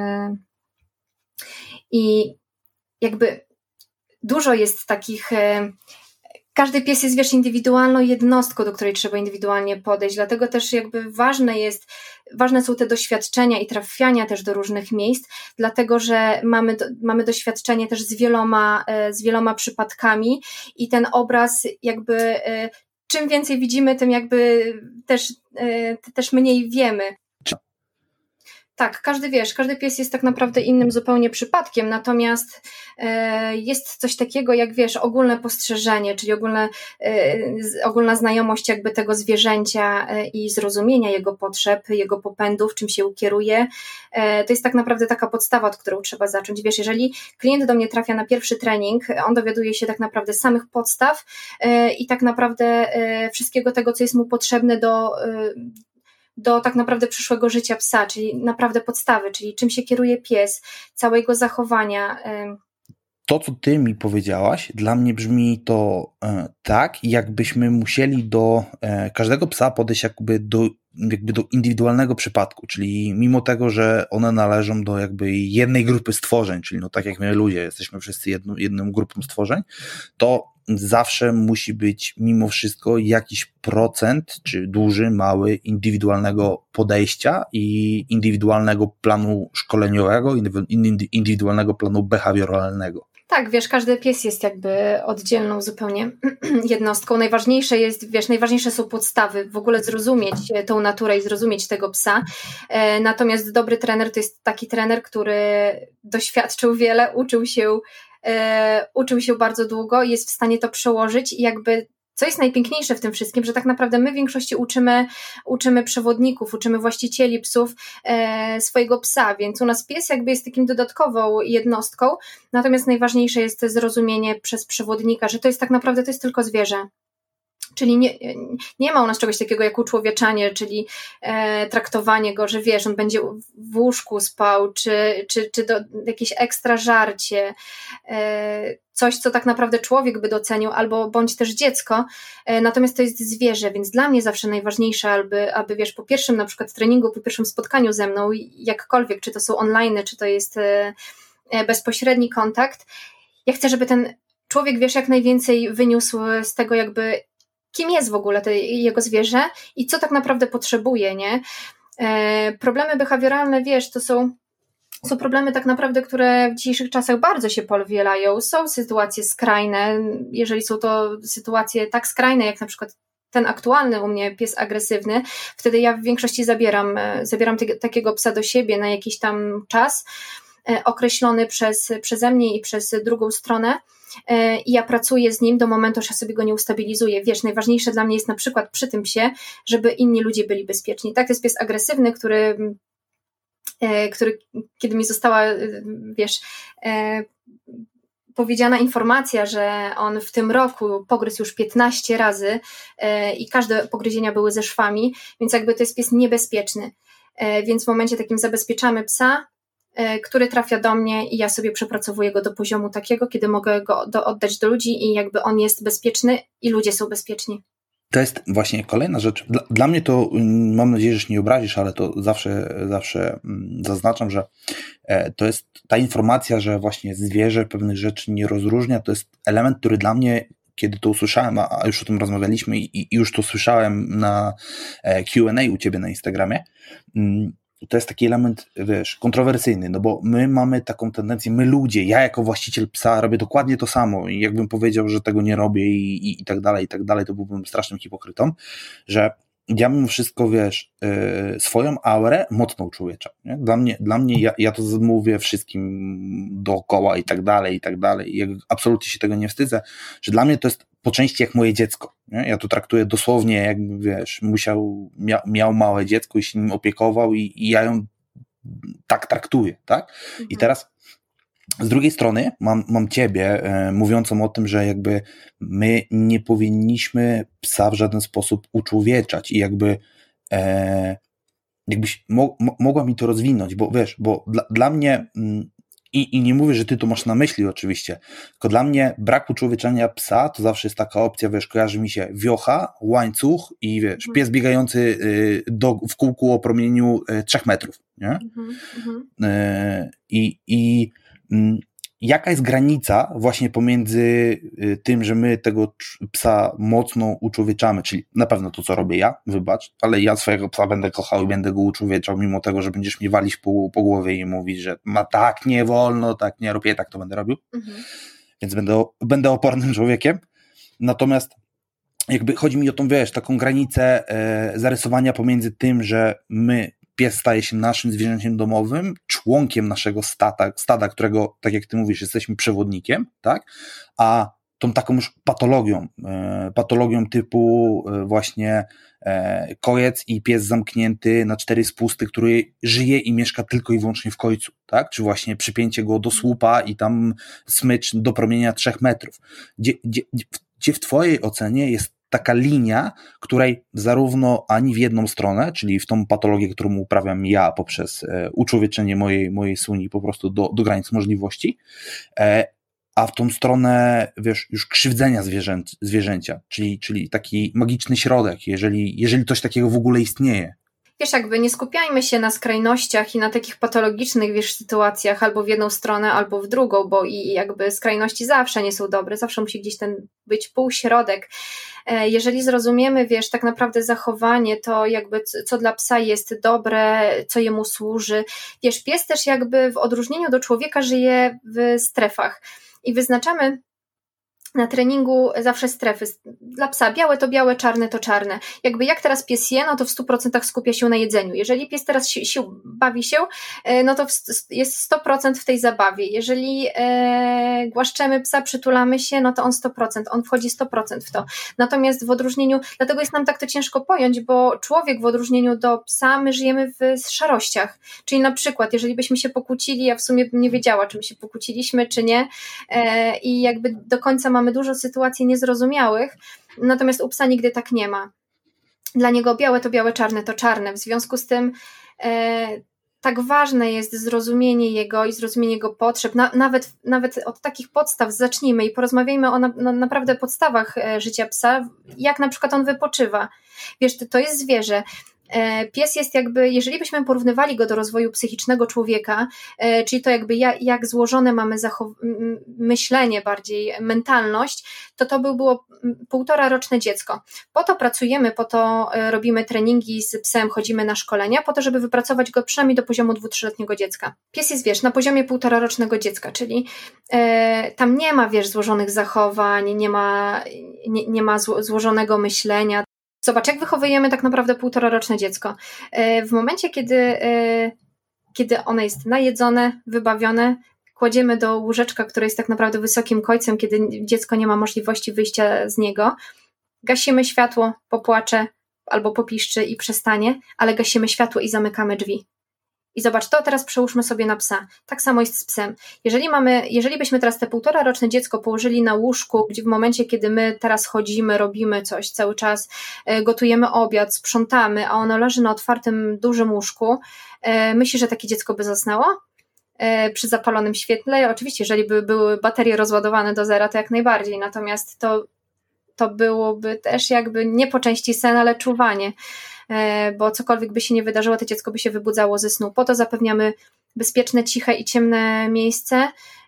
I jakby dużo jest takich... Każdy pies jest, wiesz, indywidualną jednostką, do której trzeba indywidualnie podejść, dlatego też jakby ważne są te doświadczenia i trafiania też do różnych miejsc, dlatego że mamy doświadczenie też z wieloma przypadkami i ten obraz jakby czym więcej widzimy, tym jakby też mniej wiemy. Tak, każdy pies jest tak naprawdę innym zupełnie przypadkiem, natomiast jest coś takiego jak, wiesz, ogólne postrzeżenie, czyli ogólna znajomość jakby tego zwierzęcia i zrozumienia jego potrzeb, jego popędów, czym się kieruje. To jest tak naprawdę taka podstawa, od którą trzeba zacząć. Wiesz, jeżeli klient do mnie trafia na pierwszy trening, on dowiaduje się tak naprawdę samych podstaw i tak naprawdę wszystkiego tego, co jest mu potrzebne do tak naprawdę przyszłego życia psa, czyli naprawdę podstawy, czyli czym się kieruje pies, całego zachowania.
To, co ty mi powiedziałaś, dla mnie brzmi to tak, jakbyśmy musieli do każdego psa podejść jakby do indywidualnego przypadku, czyli mimo tego, że one należą do jakby jednej grupy stworzeń, czyli tak jak my ludzie jesteśmy wszyscy jedną grupą stworzeń, to zawsze musi być mimo wszystko jakiś procent, czy duży, mały, indywidualnego podejścia i indywidualnego planu szkoleniowego, indywidualnego planu behawioralnego.
Tak, wiesz, każdy pies jest jakby oddzielną zupełnie jednostką. Najważniejsze są podstawy, w ogóle zrozumieć tą naturę i zrozumieć tego psa. Natomiast dobry trener to jest taki trener, który doświadczył wiele, uczył się bardzo długo i jest w stanie to przełożyć i jakby co jest najpiękniejsze w tym wszystkim, że tak naprawdę my w większości uczymy przewodników, uczymy właścicieli psów swojego psa, więc u nas pies jakby jest takim dodatkową jednostką, natomiast najważniejsze jest zrozumienie przez przewodnika, że to jest tak naprawdę, to jest tylko zwierzę. Czyli nie ma u nas czegoś takiego jak uczłowieczanie, czyli traktowanie go, że wiesz, on będzie w łóżku spał, czy jakieś ekstra żarcie, coś, co tak naprawdę człowiek by docenił, albo bądź też dziecko, natomiast to jest zwierzę, więc dla mnie zawsze najważniejsze, aby wiesz, po pierwszym na przykład treningu, po pierwszym spotkaniu ze mną, jakkolwiek, czy to są online, czy to jest bezpośredni kontakt, ja chcę, żeby ten człowiek, wiesz, jak najwięcej wyniósł z tego jakby kim jest w ogóle to jego zwierzę i co tak naprawdę potrzebuje, nie? Problemy behawioralne, wiesz, to są problemy tak naprawdę, które w dzisiejszych czasach bardzo się powielają. Są sytuacje skrajne, jeżeli są to sytuacje tak skrajne, jak na przykład ten aktualny u mnie pies agresywny, wtedy ja w większości zabieram takiego psa do siebie na jakiś tam czas, określony przeze mnie i przez drugą stronę, i ja pracuję z nim do momentu, aż ja sobie go nie ustabilizuję. Wiesz, najważniejsze dla mnie jest na przykład przy tym psie, żeby inni ludzie byli bezpieczni. Tak, to jest pies agresywny, który kiedy mi została, wiesz, powiedziana informacja, że on w tym roku pogryzł już 15 razy i każde pogryzienia były ze szwami, więc jakby to jest pies niebezpieczny. Więc w momencie takim zabezpieczamy psa, który trafia do mnie i ja sobie przepracowuję go do poziomu takiego, kiedy mogę go oddać do ludzi i jakby on jest bezpieczny i ludzie są bezpieczni.
To jest właśnie kolejna rzecz. Dla mnie to, mam nadzieję, że się nie obrazisz, ale to zawsze zaznaczam, że to jest ta informacja, że właśnie zwierzę pewnych rzeczy nie rozróżnia, to jest element, który dla mnie, kiedy to usłyszałem, a już o tym rozmawialiśmy i już to słyszałem na Q&A u ciebie na Instagramie, to jest taki element, wiesz, kontrowersyjny, no bo my mamy taką tendencję, my ludzie, ja jako właściciel psa robię dokładnie to samo i jakbym powiedział, że tego nie robię i tak dalej, to byłbym strasznym hipokrytą, że ja mimo wszystko, wiesz, swoją aurę mocno uczłowieczam, nie? Dla mnie ja to mówię wszystkim dookoła i tak dalej, ja absolutnie się tego nie wstydzę, że dla mnie to jest po części jak moje dziecko, nie? Ja to traktuję dosłownie, jakby, wiesz, miał małe dziecko i się nim opiekował i ja ją tak traktuję, tak? Mhm. I teraz z drugiej strony mam ciebie mówiącą o tym, że jakby my nie powinniśmy psa w żaden sposób uczłowieczać i jakbyś mogła mi to rozwinąć, bo wiesz, bo dla mnie i nie mówię, że ty to masz na myśli oczywiście, tylko dla mnie brak uczłowieczenia psa to zawsze jest taka opcja, wiesz, kojarzy mi się wiocha, łańcuch i wiesz, pies biegający w kółku o promieniu 3 metrów, nie? Jaka jest granica właśnie pomiędzy tym, że my tego psa mocno uczłowieczamy, czyli na pewno to, co robię ja, wybacz, ale ja swojego psa będę kochał i będę go uczłowieczał, mimo tego, że będziesz mnie walić po głowie i mówić, że tak nie wolno, tak nie robię, tak to będę robił, więc będę opornym człowiekiem, natomiast jakby chodzi mi o tą, wiesz, taką granicę zarysowania pomiędzy tym, że pies staje się naszym zwierzęciem domowym, członkiem naszego stada, którego, tak jak ty mówisz, jesteśmy przewodnikiem, tak? A tą taką już patologią typu właśnie kojec i pies zamknięty na 4 spusty, który żyje i mieszka tylko i wyłącznie w kojcu, tak? Czy właśnie przypięcie go do słupa i tam smycz do promienia 3 metrów. Gdzie w twojej ocenie jest taka linia, której zarówno ani w jedną stronę, czyli w tą patologię, którą uprawiam ja poprzez uczłowieczenie mojej suni po prostu do granic możliwości, a w tą stronę, wiesz, już krzywdzenia zwierzęcia, czyli taki magiczny środek, jeżeli coś takiego w ogóle istnieje.
Wiesz, jakby nie skupiajmy się na skrajnościach i na takich patologicznych, wiesz, sytuacjach albo w jedną stronę, albo w drugą, bo i jakby skrajności zawsze nie są dobre, zawsze musi gdzieś być półśrodek. Jeżeli zrozumiemy, wiesz, tak naprawdę zachowanie, to jakby co dla psa jest dobre, co jemu służy. Wiesz, pies też jakby w odróżnieniu do człowieka żyje w strefach i wyznaczamy na treningu zawsze strefy. Dla psa białe to białe, czarne to czarne. Jakby jak teraz pies je, no to w 100% skupia się na jedzeniu. Jeżeli pies teraz bawi się, no to jest 100% w tej zabawie. Jeżeli głaszczemy psa, przytulamy się, no to on 100%, on wchodzi 100% w to. Natomiast w odróżnieniu, dlatego jest nam tak to ciężko pojąć, bo człowiek w odróżnieniu do psa, my żyjemy w szarościach. Czyli na przykład, jeżeli byśmy się pokłócili, ja w sumie bym nie wiedziała, czy my się pokłóciliśmy, czy nie, i jakby do końca mamy mamy dużo sytuacji niezrozumiałych, natomiast u psa nigdy tak nie ma. Dla niego białe to białe, czarne to czarne. W związku z tym tak ważne jest zrozumienie jego i zrozumienie jego potrzeb. Nawet od takich podstaw zacznijmy i porozmawiajmy o naprawdę podstawach życia psa, jak na przykład on wypoczywa. Wiesz, to jest zwierzę. Pies jest jakby, jeżeli byśmy porównywali go do rozwoju psychicznego człowieka, czyli to jakby jak złożone mamy myślenie bardziej, mentalność, to było 1,5-roczne dziecko. Po to pracujemy, po to robimy treningi z psem, chodzimy na szkolenia, po to, żeby wypracować go przynajmniej do poziomu 2-3-letniego dziecka. Pies jest, wiesz, na poziomie 1,5-rocznego dziecka, czyli tam nie ma, wiesz, złożonych zachowań, nie ma złożonego myślenia. Zobacz, jak wychowujemy tak naprawdę 1,5-roczne dziecko. W momencie, kiedy ono jest najedzone, wybawione, kładziemy do łóżeczka, które jest tak naprawdę wysokim kojcem, kiedy dziecko nie ma możliwości wyjścia z niego, gasimy światło, popłacze albo popiszczy i przestanie, ale gasimy światło i zamykamy drzwi. I zobacz, to teraz przełóżmy sobie na psa. Tak samo jest z psem. Jeżeli byśmy teraz te 1,5-roczne dziecko położyli na łóżku, gdzie w momencie, kiedy my teraz chodzimy, robimy coś cały czas, gotujemy obiad, sprzątamy, a ono leży na otwartym, dużym łóżku, myślisz, że takie dziecko by zasnęło? Przy zapalonym świetle? Oczywiście, jeżeli by były baterie rozładowane do zera, to jak najbardziej. Natomiast to byłoby też jakby nie po części sen, ale czuwanie. Bo cokolwiek by się nie wydarzyło, to dziecko by się wybudzało ze snu. Po to zapewniamy bezpieczne, ciche i ciemne miejsce,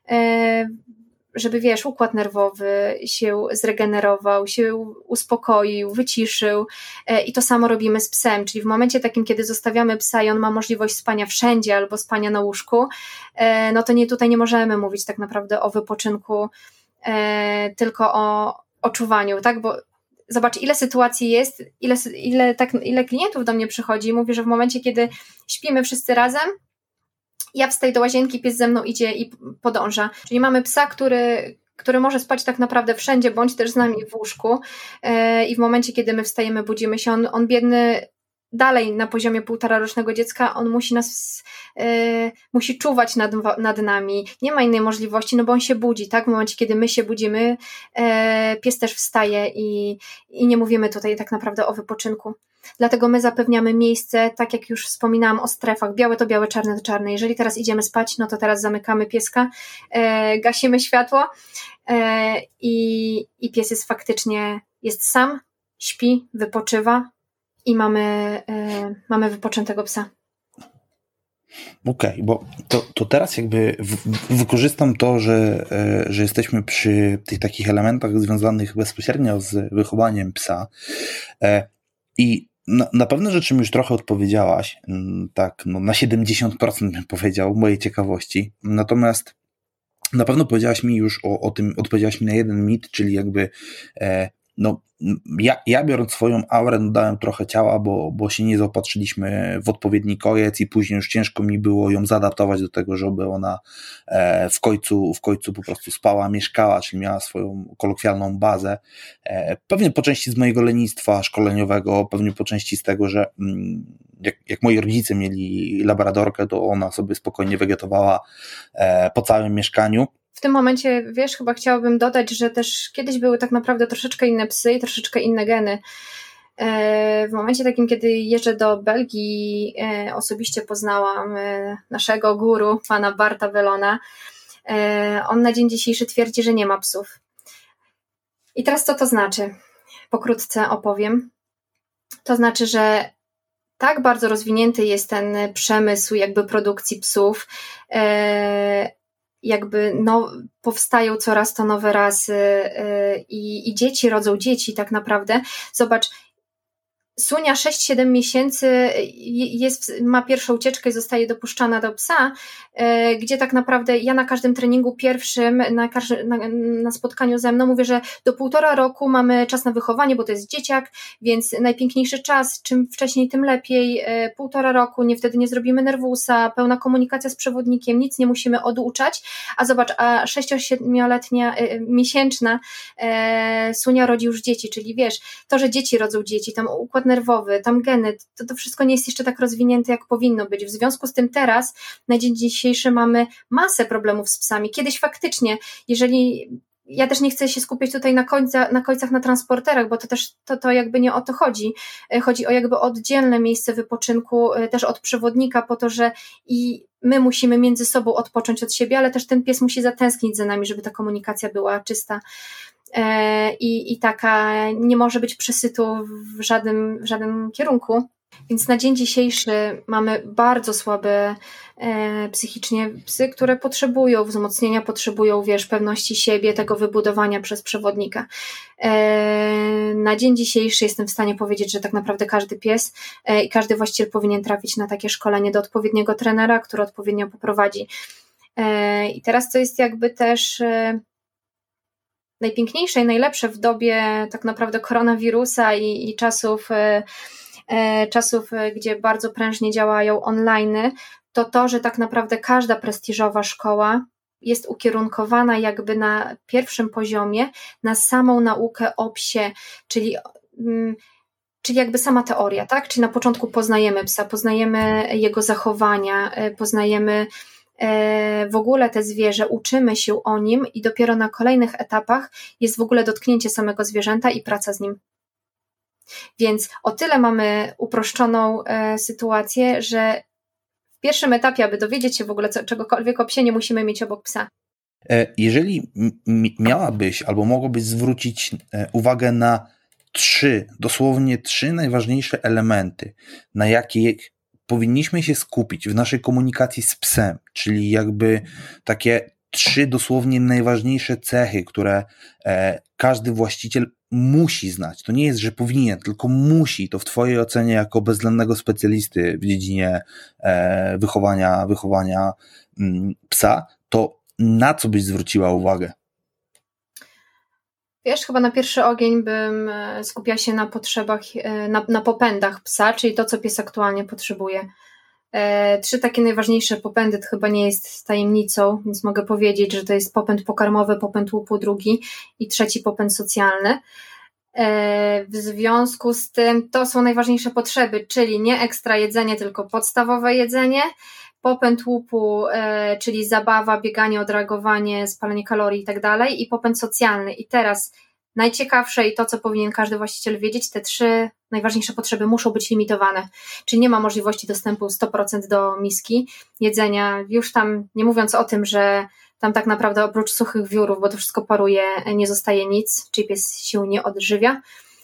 żeby, wiesz, układ nerwowy się zregenerował, się uspokoił, wyciszył i to samo robimy z psem, czyli w momencie takim, kiedy zostawiamy psa i on ma możliwość spania wszędzie albo spania na łóżku, no to tutaj nie możemy mówić tak naprawdę o wypoczynku, tylko o czuwaniu, tak, bo zobacz, ile sytuacji jest, ile klientów do mnie przychodzi i mówi, że w momencie, kiedy śpimy wszyscy razem, ja wstaję do łazienki, pies ze mną idzie i podąża. Czyli mamy psa, który może spać tak naprawdę wszędzie, bądź też z nami w łóżku i w momencie, kiedy my wstajemy, budzimy się, on biedny dalej na poziomie 1,5-rocznego dziecka, on musi czuwać nad nami, nie ma innej możliwości, no bo on się budzi, tak? W momencie, kiedy my się budzimy, pies też wstaje i nie mówimy tutaj tak naprawdę o wypoczynku. Dlatego my zapewniamy miejsce, tak jak już wspominałam o strefach, białe to białe, czarne to czarne. Jeżeli teraz idziemy spać, no to teraz zamykamy pieska, gasimy światło i pies jest sam, śpi, wypoczywa i mamy wypoczętego psa.
Okej, bo to teraz jakby wykorzystam to, że jesteśmy przy tych takich elementach związanych bezpośrednio z wychowaniem psa i na pewne rzeczy mi już trochę odpowiedziałaś, tak, no na 70% bym powiedział, mojej ciekawości, natomiast na pewno powiedziałaś mi już o tym, odpowiedziałaś mi na jeden mit, czyli jakby ja biorąc swoją aurę, dałem trochę ciała, bo się nie zaopatrzyliśmy w odpowiedni kojec i później już ciężko mi było ją zaadaptować do tego, żeby ona w końcu po prostu spała, mieszkała, czyli miała swoją kolokwialną bazę. Pewnie po części z mojego lenistwa szkoleniowego, pewnie po części z tego, że jak moi rodzice mieli labradorkę, to ona sobie spokojnie wegetowała po całym mieszkaniu.
W tym momencie, wiesz, chyba chciałabym dodać, że też kiedyś były tak naprawdę troszeczkę inne psy i troszeczkę inne geny. W momencie takim, kiedy jeżdżę do Belgii, osobiście poznałam naszego guru, pana Barta Velona. On na dzień dzisiejszy twierdzi, że nie ma psów. I teraz co to znaczy? Pokrótce opowiem. To znaczy, że tak bardzo rozwinięty jest ten przemysł jakby produkcji psów, powstają coraz to nowe rasy i dzieci rodzą dzieci tak naprawdę. Zobacz, Sunia 6-7 miesięcy ma pierwszą ucieczkę i zostaje dopuszczana do psa, gdzie tak naprawdę ja na każdym treningu pierwszym, na spotkaniu ze mną mówię, że do 1,5 roku mamy czas na wychowanie, bo to jest dzieciak, więc najpiękniejszy czas, czym wcześniej tym lepiej, 1,5 roku, wtedy nie zrobimy nerwusa, pełna komunikacja z przewodnikiem, nic nie musimy oduczać, a zobacz, a 6-7-letnia, miesięczna Sunia rodzi już dzieci, czyli wiesz, to, że dzieci rodzą dzieci, tam układ nerwowy, tam geny, to wszystko nie jest jeszcze tak rozwinięte, jak powinno być. W związku z tym teraz, na dzień dzisiejszy mamy masę problemów z psami. Kiedyś faktycznie, jeżeli ja też nie chcę się skupiać tutaj na końcach, na transporterach, bo to też to jakby nie o to chodzi. Chodzi o jakby oddzielne miejsce wypoczynku, też od przewodnika, po to, że i my musimy między sobą odpocząć od siebie, ale też ten pies musi zatęsknić za nami, żeby ta komunikacja była czysta. I taka nie może być przesytu w żadnym kierunku. Więc na dzień dzisiejszy mamy bardzo słabe psychicznie psy, które potrzebują wzmocnienia, potrzebują, pewności siebie, tego wybudowania przez przewodnika. Na dzień dzisiejszy jestem w stanie powiedzieć, że tak naprawdę każdy pies i każdy właściciel powinien trafić na takie szkolenie do odpowiedniego trenera, który odpowiednio poprowadzi. I teraz to jest jakby też najpiękniejsze i najlepsze w dobie tak naprawdę koronawirusa i czasów, gdzie bardzo prężnie działają online'y, to, że tak naprawdę każda prestiżowa szkoła jest ukierunkowana jakby na pierwszym poziomie na samą naukę o psie, czyli jakby sama teoria, tak? Czyli na początku poznajemy psa, poznajemy jego zachowania, poznajemy w ogóle te zwierzę, uczymy się o nim i dopiero na kolejnych etapach jest w ogóle dotknięcie samego zwierzęta i praca z nim. Więc o tyle mamy uproszczoną sytuację, że w pierwszym etapie, aby dowiedzieć się w ogóle czegokolwiek o psie, nie musimy mieć obok psa.
Jeżeli miałabyś albo mogłabyś zwrócić uwagę na dosłownie trzy najważniejsze elementy, na jakie powinniśmy się skupić w naszej komunikacji z psem, czyli jakby takie trzy dosłownie najważniejsze cechy, które każdy właściciel musi znać. To nie jest, że powinien, tylko musi. To w twojej ocenie jako bezwzględnego specjalisty w dziedzinie wychowania psa, to na co byś zwróciła uwagę?
Chyba na pierwszy ogień bym skupiała się na potrzebach, na popędach psa, czyli to, co pies aktualnie potrzebuje. 3 takie najważniejsze popędy, to chyba nie jest tajemnicą, więc mogę powiedzieć, że to jest popęd pokarmowy, popęd łupu drugi i 3 popęd socjalny. W związku z tym to są najważniejsze potrzeby, czyli nie ekstra jedzenie, tylko podstawowe jedzenie, popęd łupu, czyli zabawa, bieganie, odreagowanie, spalenie kalorii i tak dalej, i popęd socjalny. I teraz najciekawsze i to, co powinien każdy właściciel wiedzieć, te 3 najważniejsze potrzeby muszą być limitowane, czyli nie ma możliwości dostępu 100% do miski jedzenia, już tam nie mówiąc o tym, że tam tak naprawdę oprócz suchych wiórów, bo to wszystko paruje, nie zostaje nic, czyli pies się nie odżywia,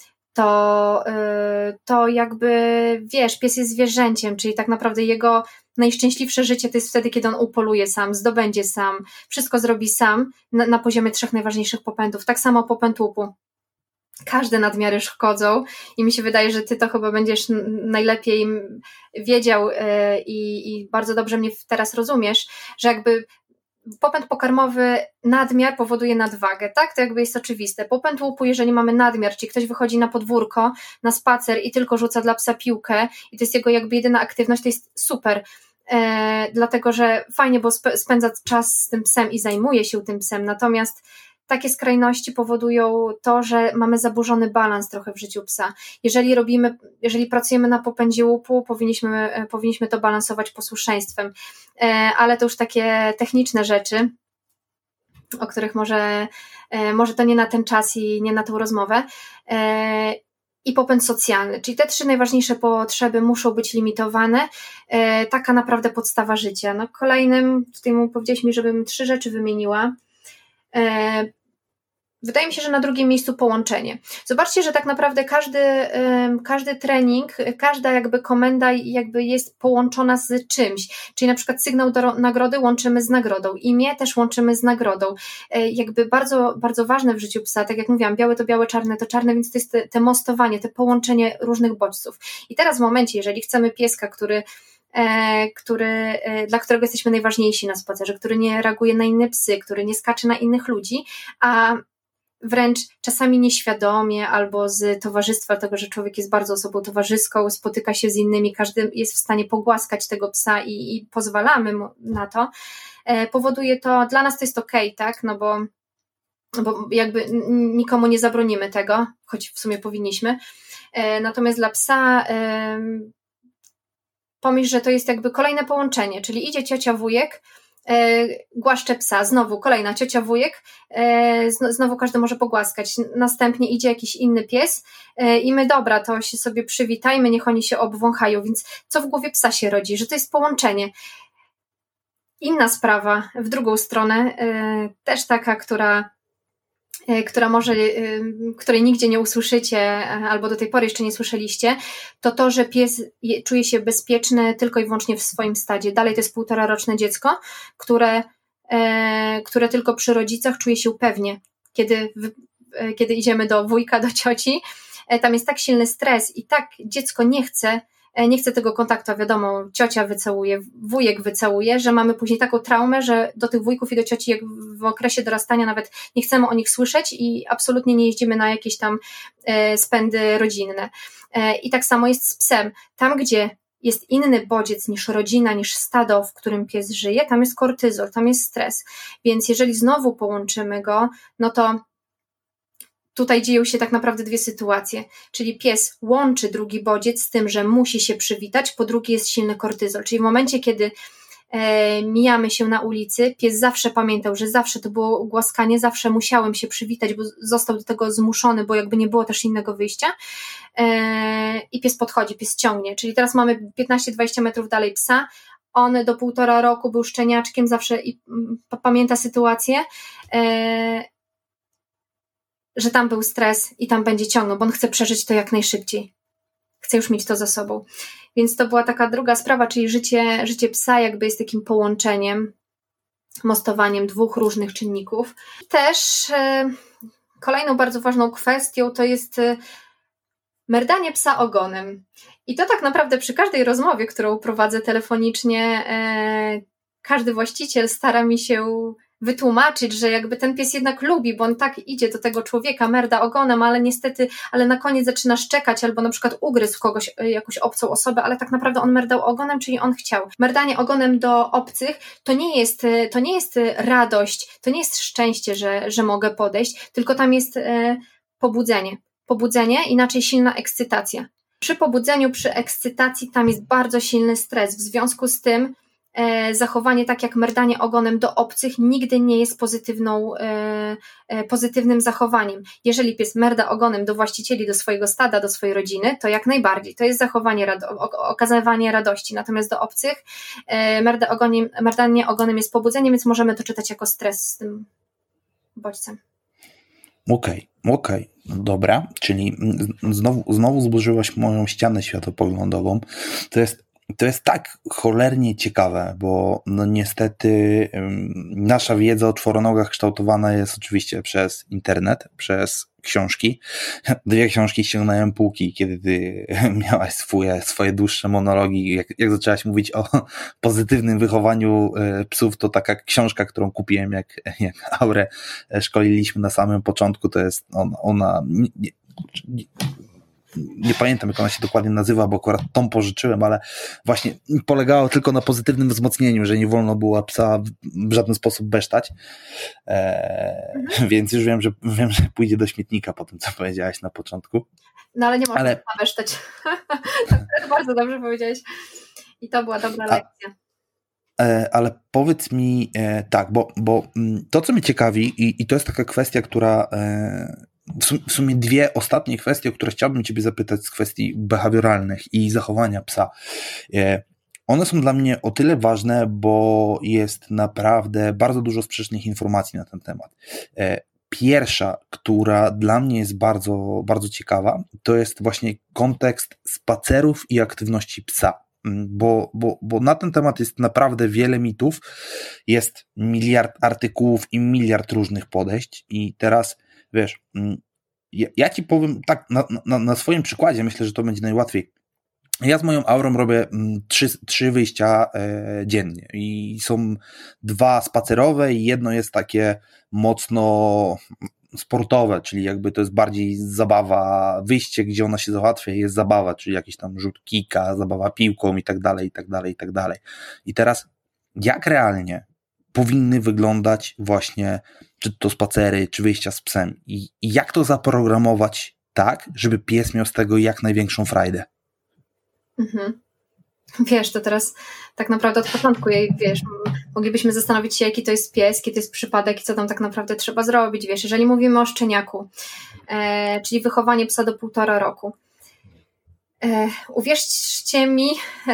to jakby pies jest zwierzęciem, czyli tak naprawdę jego najszczęśliwsze życie to jest wtedy, kiedy on upoluje sam, zdobędzie sam, wszystko zrobi sam na poziomie 3 najważniejszych popędów. Tak samo popęd łupu. Każde nadmiary szkodzą i mi się wydaje, że ty to chyba będziesz najlepiej wiedział i bardzo dobrze mnie teraz rozumiesz, że jakby popęd pokarmowy, nadmiar powoduje nadwagę, tak? To jakby jest oczywiste. Popęd łupu, jeżeli mamy nadmiar, czyli ktoś wychodzi na podwórko, na spacer i tylko rzuca dla psa piłkę i to jest jego jakby jedyna aktywność, to jest super, dlatego że fajnie, bo spędza czas z tym psem i zajmuje się tym psem, natomiast takie skrajności powodują to, że mamy zaburzony balans trochę w życiu psa. Jeżeli pracujemy na popędzie łupu, powinniśmy to balansować posłuszeństwem, ale to już takie techniczne rzeczy, o których może to nie na ten czas i nie na tę rozmowę. I popęd socjalny, czyli te 3 najważniejsze potrzeby muszą być limitowane, taka naprawdę podstawa życia. No kolejnym, tutaj mu powiedziałeś mi, żebym 3 rzeczy wymieniła. Wydaje mi się, że na drugim miejscu połączenie. Zobaczcie, że tak naprawdę każdy trening, każda jakby komenda jakby jest połączona z czymś. Czyli na przykład sygnał do nagrody łączymy z nagrodą, imię też łączymy z nagrodą. Jakby bardzo, bardzo ważne w życiu psa, tak jak mówiłam, białe to białe, czarne to czarne, więc to jest te mostowanie, te połączenie różnych bodźców. I teraz w momencie, jeżeli chcemy pieska, dla którego jesteśmy najważniejsi na spacerze, który nie reaguje na inne psy, który nie skacze na innych ludzi, a wręcz czasami nieświadomie albo z towarzystwa, dlatego że człowiek jest bardzo osobą towarzyską, spotyka się z innymi, każdy jest w stanie pogłaskać tego psa i pozwalamy mu na to, powoduje to, dla nas to jest okej, tak, no bo jakby nikomu nie zabronimy tego, choć w sumie powinniśmy, natomiast dla psa pomyśl, że to jest jakby kolejne połączenie, czyli idzie ciocia, wujek Głaszczę psa, znowu kolejna ciocia, wujek, znowu każdy może pogłaskać, następnie idzie jakiś inny pies i my dobra, to się sobie przywitajmy, niech oni się obwąchają, więc co w głowie psa się rodzi, że to jest połączenie. Inna sprawa, w drugą stronę, też taka, która może, której nigdzie nie usłyszycie, albo do tej pory jeszcze nie słyszeliście, to, że pies czuje się bezpieczny tylko i wyłącznie w swoim stadzie. Dalej to jest 1,5-roczne dziecko, które tylko przy rodzicach czuje się pewnie. Kiedy idziemy do wujka, do cioci, tam jest tak silny stres i tak dziecko nie chce tego kontaktu, a wiadomo, ciocia wycałuje, wujek wycałuje, że mamy później taką traumę, że do tych wujków i do cioci jak w okresie dorastania nawet nie chcemy o nich słyszeć i absolutnie nie jeździmy na jakieś tam spędy rodzinne. I tak samo jest z psem. Tam, gdzie jest inny bodziec niż rodzina, niż stado, w którym pies żyje, tam jest kortyzol, tam jest stres. Więc jeżeli znowu połączymy go, no to tutaj dzieją się tak naprawdę dwie sytuacje, czyli pies łączy drugi bodziec z tym, że musi się przywitać, po drugie jest silny kortyzol, czyli w momencie, kiedy mijamy się na ulicy, pies zawsze pamiętał, że zawsze to było głaskanie, zawsze musiałem się przywitać, bo został do tego zmuszony, bo jakby nie było też innego wyjścia i pies podchodzi, pies ciągnie, czyli teraz mamy 15-20 metrów dalej psa, on do 1,5 roku był szczeniaczkiem, zawsze pamięta sytuację, że tam był stres i tam będzie ciągnął, bo on chce przeżyć to jak najszybciej. Chce już mieć to za sobą. Więc to była taka druga sprawa, czyli życie psa jakby jest takim połączeniem, mostowaniem dwóch różnych czynników. Też kolejną bardzo ważną kwestią to jest merdanie psa ogonem. I to tak naprawdę przy każdej rozmowie, którą prowadzę telefonicznie, każdy właściciel stara mi się wytłumaczyć, że jakby ten pies jednak lubi, bo on tak idzie do tego człowieka, merda ogonem, ale niestety, ale na koniec zaczyna szczekać albo na przykład ugryzł kogoś, jakąś obcą osobę, ale tak naprawdę on merdał ogonem, czyli on chciał. Merdanie ogonem do obcych to nie jest radość, to nie jest szczęście, że mogę podejść, tylko tam jest pobudzenie, inaczej silna ekscytacja. Przy pobudzeniu, przy ekscytacji tam jest bardzo silny stres, w związku z tym zachowanie tak jak merdanie ogonem do obcych nigdy nie jest pozytywnym zachowaniem. Jeżeli pies merda ogonem do właścicieli, do swojego stada, do swojej rodziny, to jak najbardziej. To jest zachowanie, okazywanie radości. Natomiast do obcych merdanie ogonem jest pobudzeniem, więc możemy to czytać jako stres z tym bodźcem.
Okej. Dobra, czyli znowu zburzyłaś moją ścianę światopoglądową. To jest tak cholernie ciekawe, bo no niestety nasza wiedza o czworonogach kształtowana jest oczywiście przez internet, przez książki. 2 książki ściągnąłem półki, kiedy ty miałaś swoje dłuższe monologi. Jak zaczęłaś mówić o pozytywnym wychowaniu psów, to taka książka, którą kupiłem, jak Aurę szkoliliśmy na samym początku, to jest ona nie pamiętam, jak ona się dokładnie nazywa, bo akurat tą pożyczyłem, ale właśnie polegało tylko na pozytywnym wzmocnieniu, że nie wolno było psa w żaden sposób besztać. Więc już wiem, że pójdzie do śmietnika po tym, co powiedziałaś na początku.
No ale nie można besztać. To bardzo dobrze powiedziałeś. I to była dobra lekcja.
Ale powiedz mi tak, bo to, co mnie ciekawi i to jest taka kwestia, która w sumie 2 ostatnie kwestie, o które chciałbym Ciebie zapytać z kwestii behawioralnych i zachowania psa. One są dla mnie o tyle ważne, bo jest naprawdę bardzo dużo sprzecznych informacji na ten temat. Pierwsza, która dla mnie jest bardzo, bardzo ciekawa, to jest właśnie kontekst spacerów i aktywności psa. Bo na ten temat jest naprawdę wiele mitów, jest miliard artykułów i miliard różnych podejść i teraz wiesz, ja Ci powiem tak na swoim przykładzie, myślę, że to będzie najłatwiej. Ja z moją Aurą robię 3 wyjścia dziennie i są 2 spacerowe i jedno jest takie mocno sportowe, czyli jakby to jest bardziej zabawa, wyjście, gdzie ona się załatwia, jest zabawa, czyli jakiś tam rzut kika, zabawa piłką i tak dalej, i tak dalej, i tak dalej. I teraz jak realnie powinny wyglądać właśnie czy to spacery, czy wyjścia z psem i jak to zaprogramować tak, żeby pies miał z tego jak największą frajdę?
Wiesz, to teraz tak naprawdę od początku, wiesz, Moglibyśmy zastanowić się, jaki to jest pies, jaki to jest przypadek i co tam tak naprawdę trzeba zrobić. Wiesz, jeżeli mówimy o szczeniaku, czyli wychowanie psa do 1,5 roku. Uwierzcie mi,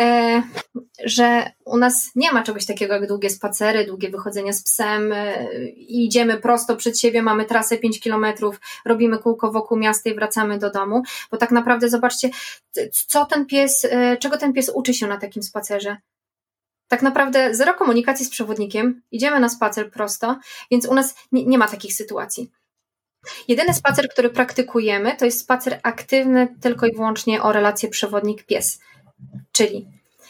że u nas nie ma czegoś takiego jak długie spacery, długie wychodzenia z psem, idziemy prosto przed siebie, mamy trasę 5 kilometrów, robimy kółko wokół miasta i wracamy do domu, bo tak naprawdę zobaczcie, czego ten pies uczy się na takim spacerze. Tak naprawdę zero komunikacji z przewodnikiem, idziemy na spacer prosto, więc u nas nie ma takich sytuacji. Jedyny spacer, który praktykujemy, to jest spacer aktywny tylko i wyłącznie o relację przewodnik-pies. Czyli